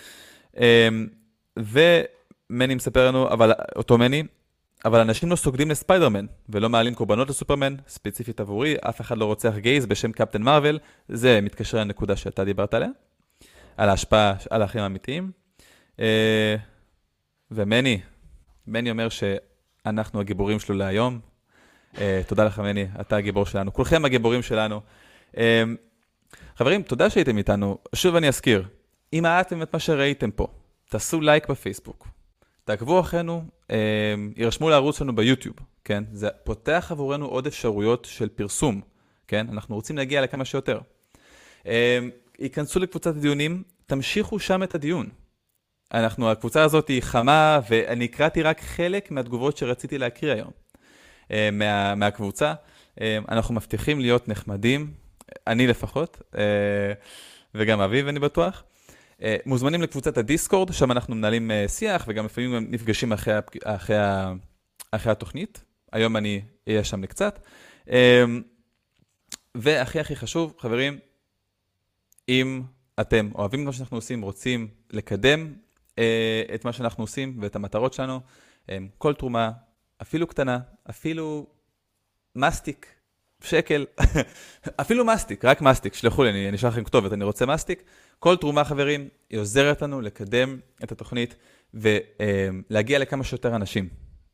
ומני מספר לנו, אותו מני, אבל אנשים לא סוגדים לספיידרמן, ולא מעלים קורבנות לסופרמן, ספציפית עבורי, אף אחד לא רוצח גייז בשם קפטן מרוול, זה מתקשר לנקודה שאתה דיברת עליה, על ההשפעה על האחים האמיתיים. ומני אומר שאנחנו הגיבורים שלו להיום. תודה לך מני, אתה הגיבור שלנו, כולכם הגיבורים שלנו. חברים, תודה שהייתם איתנו. שוב אני אזכיר, אם אהבתם את מה שראיתם פה, תעשו לייק בפייסבוק, תעקבו אחרינו, יירשמו לערוץ שלנו ביוטיוב, כן? זה פותח עבורנו עוד אפשרויות של פרסום, כן? אנחנו רוצים להגיע לכמה שיותר. ייכנסו לקבוצת הדיונים, תמשיכו שם את הדיון. הקבוצה הזאת היא חמה, ואני הקראתי רק חלק מהתגובות שרציתי להקריא היום מהקבוצה. אנחנו מבטיחים להיות נחמדים, אני לפחות, וגם אביב אני בטוח. מוזמנים לקבוצת הדיסקורד, שם אנחנו מנהלים שיח, וגם לפעמים נפגשים אחרי התוכנית. היום אני אהיה שם לקצת. והכי חשוב, חברים, אם אתם אוהבים מה שאנחנו עושים, רוצים לקדם את מה שאנחנו עושים ואת המטרות שלנו, כל תרומה, אפילו קטנה, אפילו מסטיק, שקל, אפילו מסטיק, רק מסטיק, שלחו לי, אני אשלח לכם כתובת, אני רוצה מסטיק. כל תרומה, חברים, היא עוזרת לנו לקדם את התוכנית ולהגיע לכמה שיותר אנשים.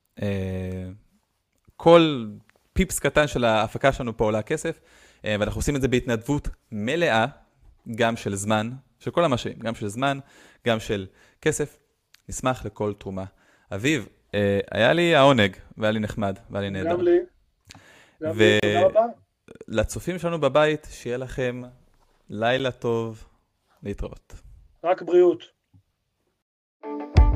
כל פיפס קטן של ההפקה שלנו פה עולה כסף, ואנחנו עושים את זה בהתנדבות מלאה, גם של זמן, של כל המשאבים, גם של זמן, גם של כסף. נשמח לכל תרומה. אביב, היה לי העונג, והיה לי נחמד, והיה לי נהדר. גם לי. תודה רבה. ולצופים שלנו בבית, שיהיה לכם לילה טוב, להתראות. רק בריאות.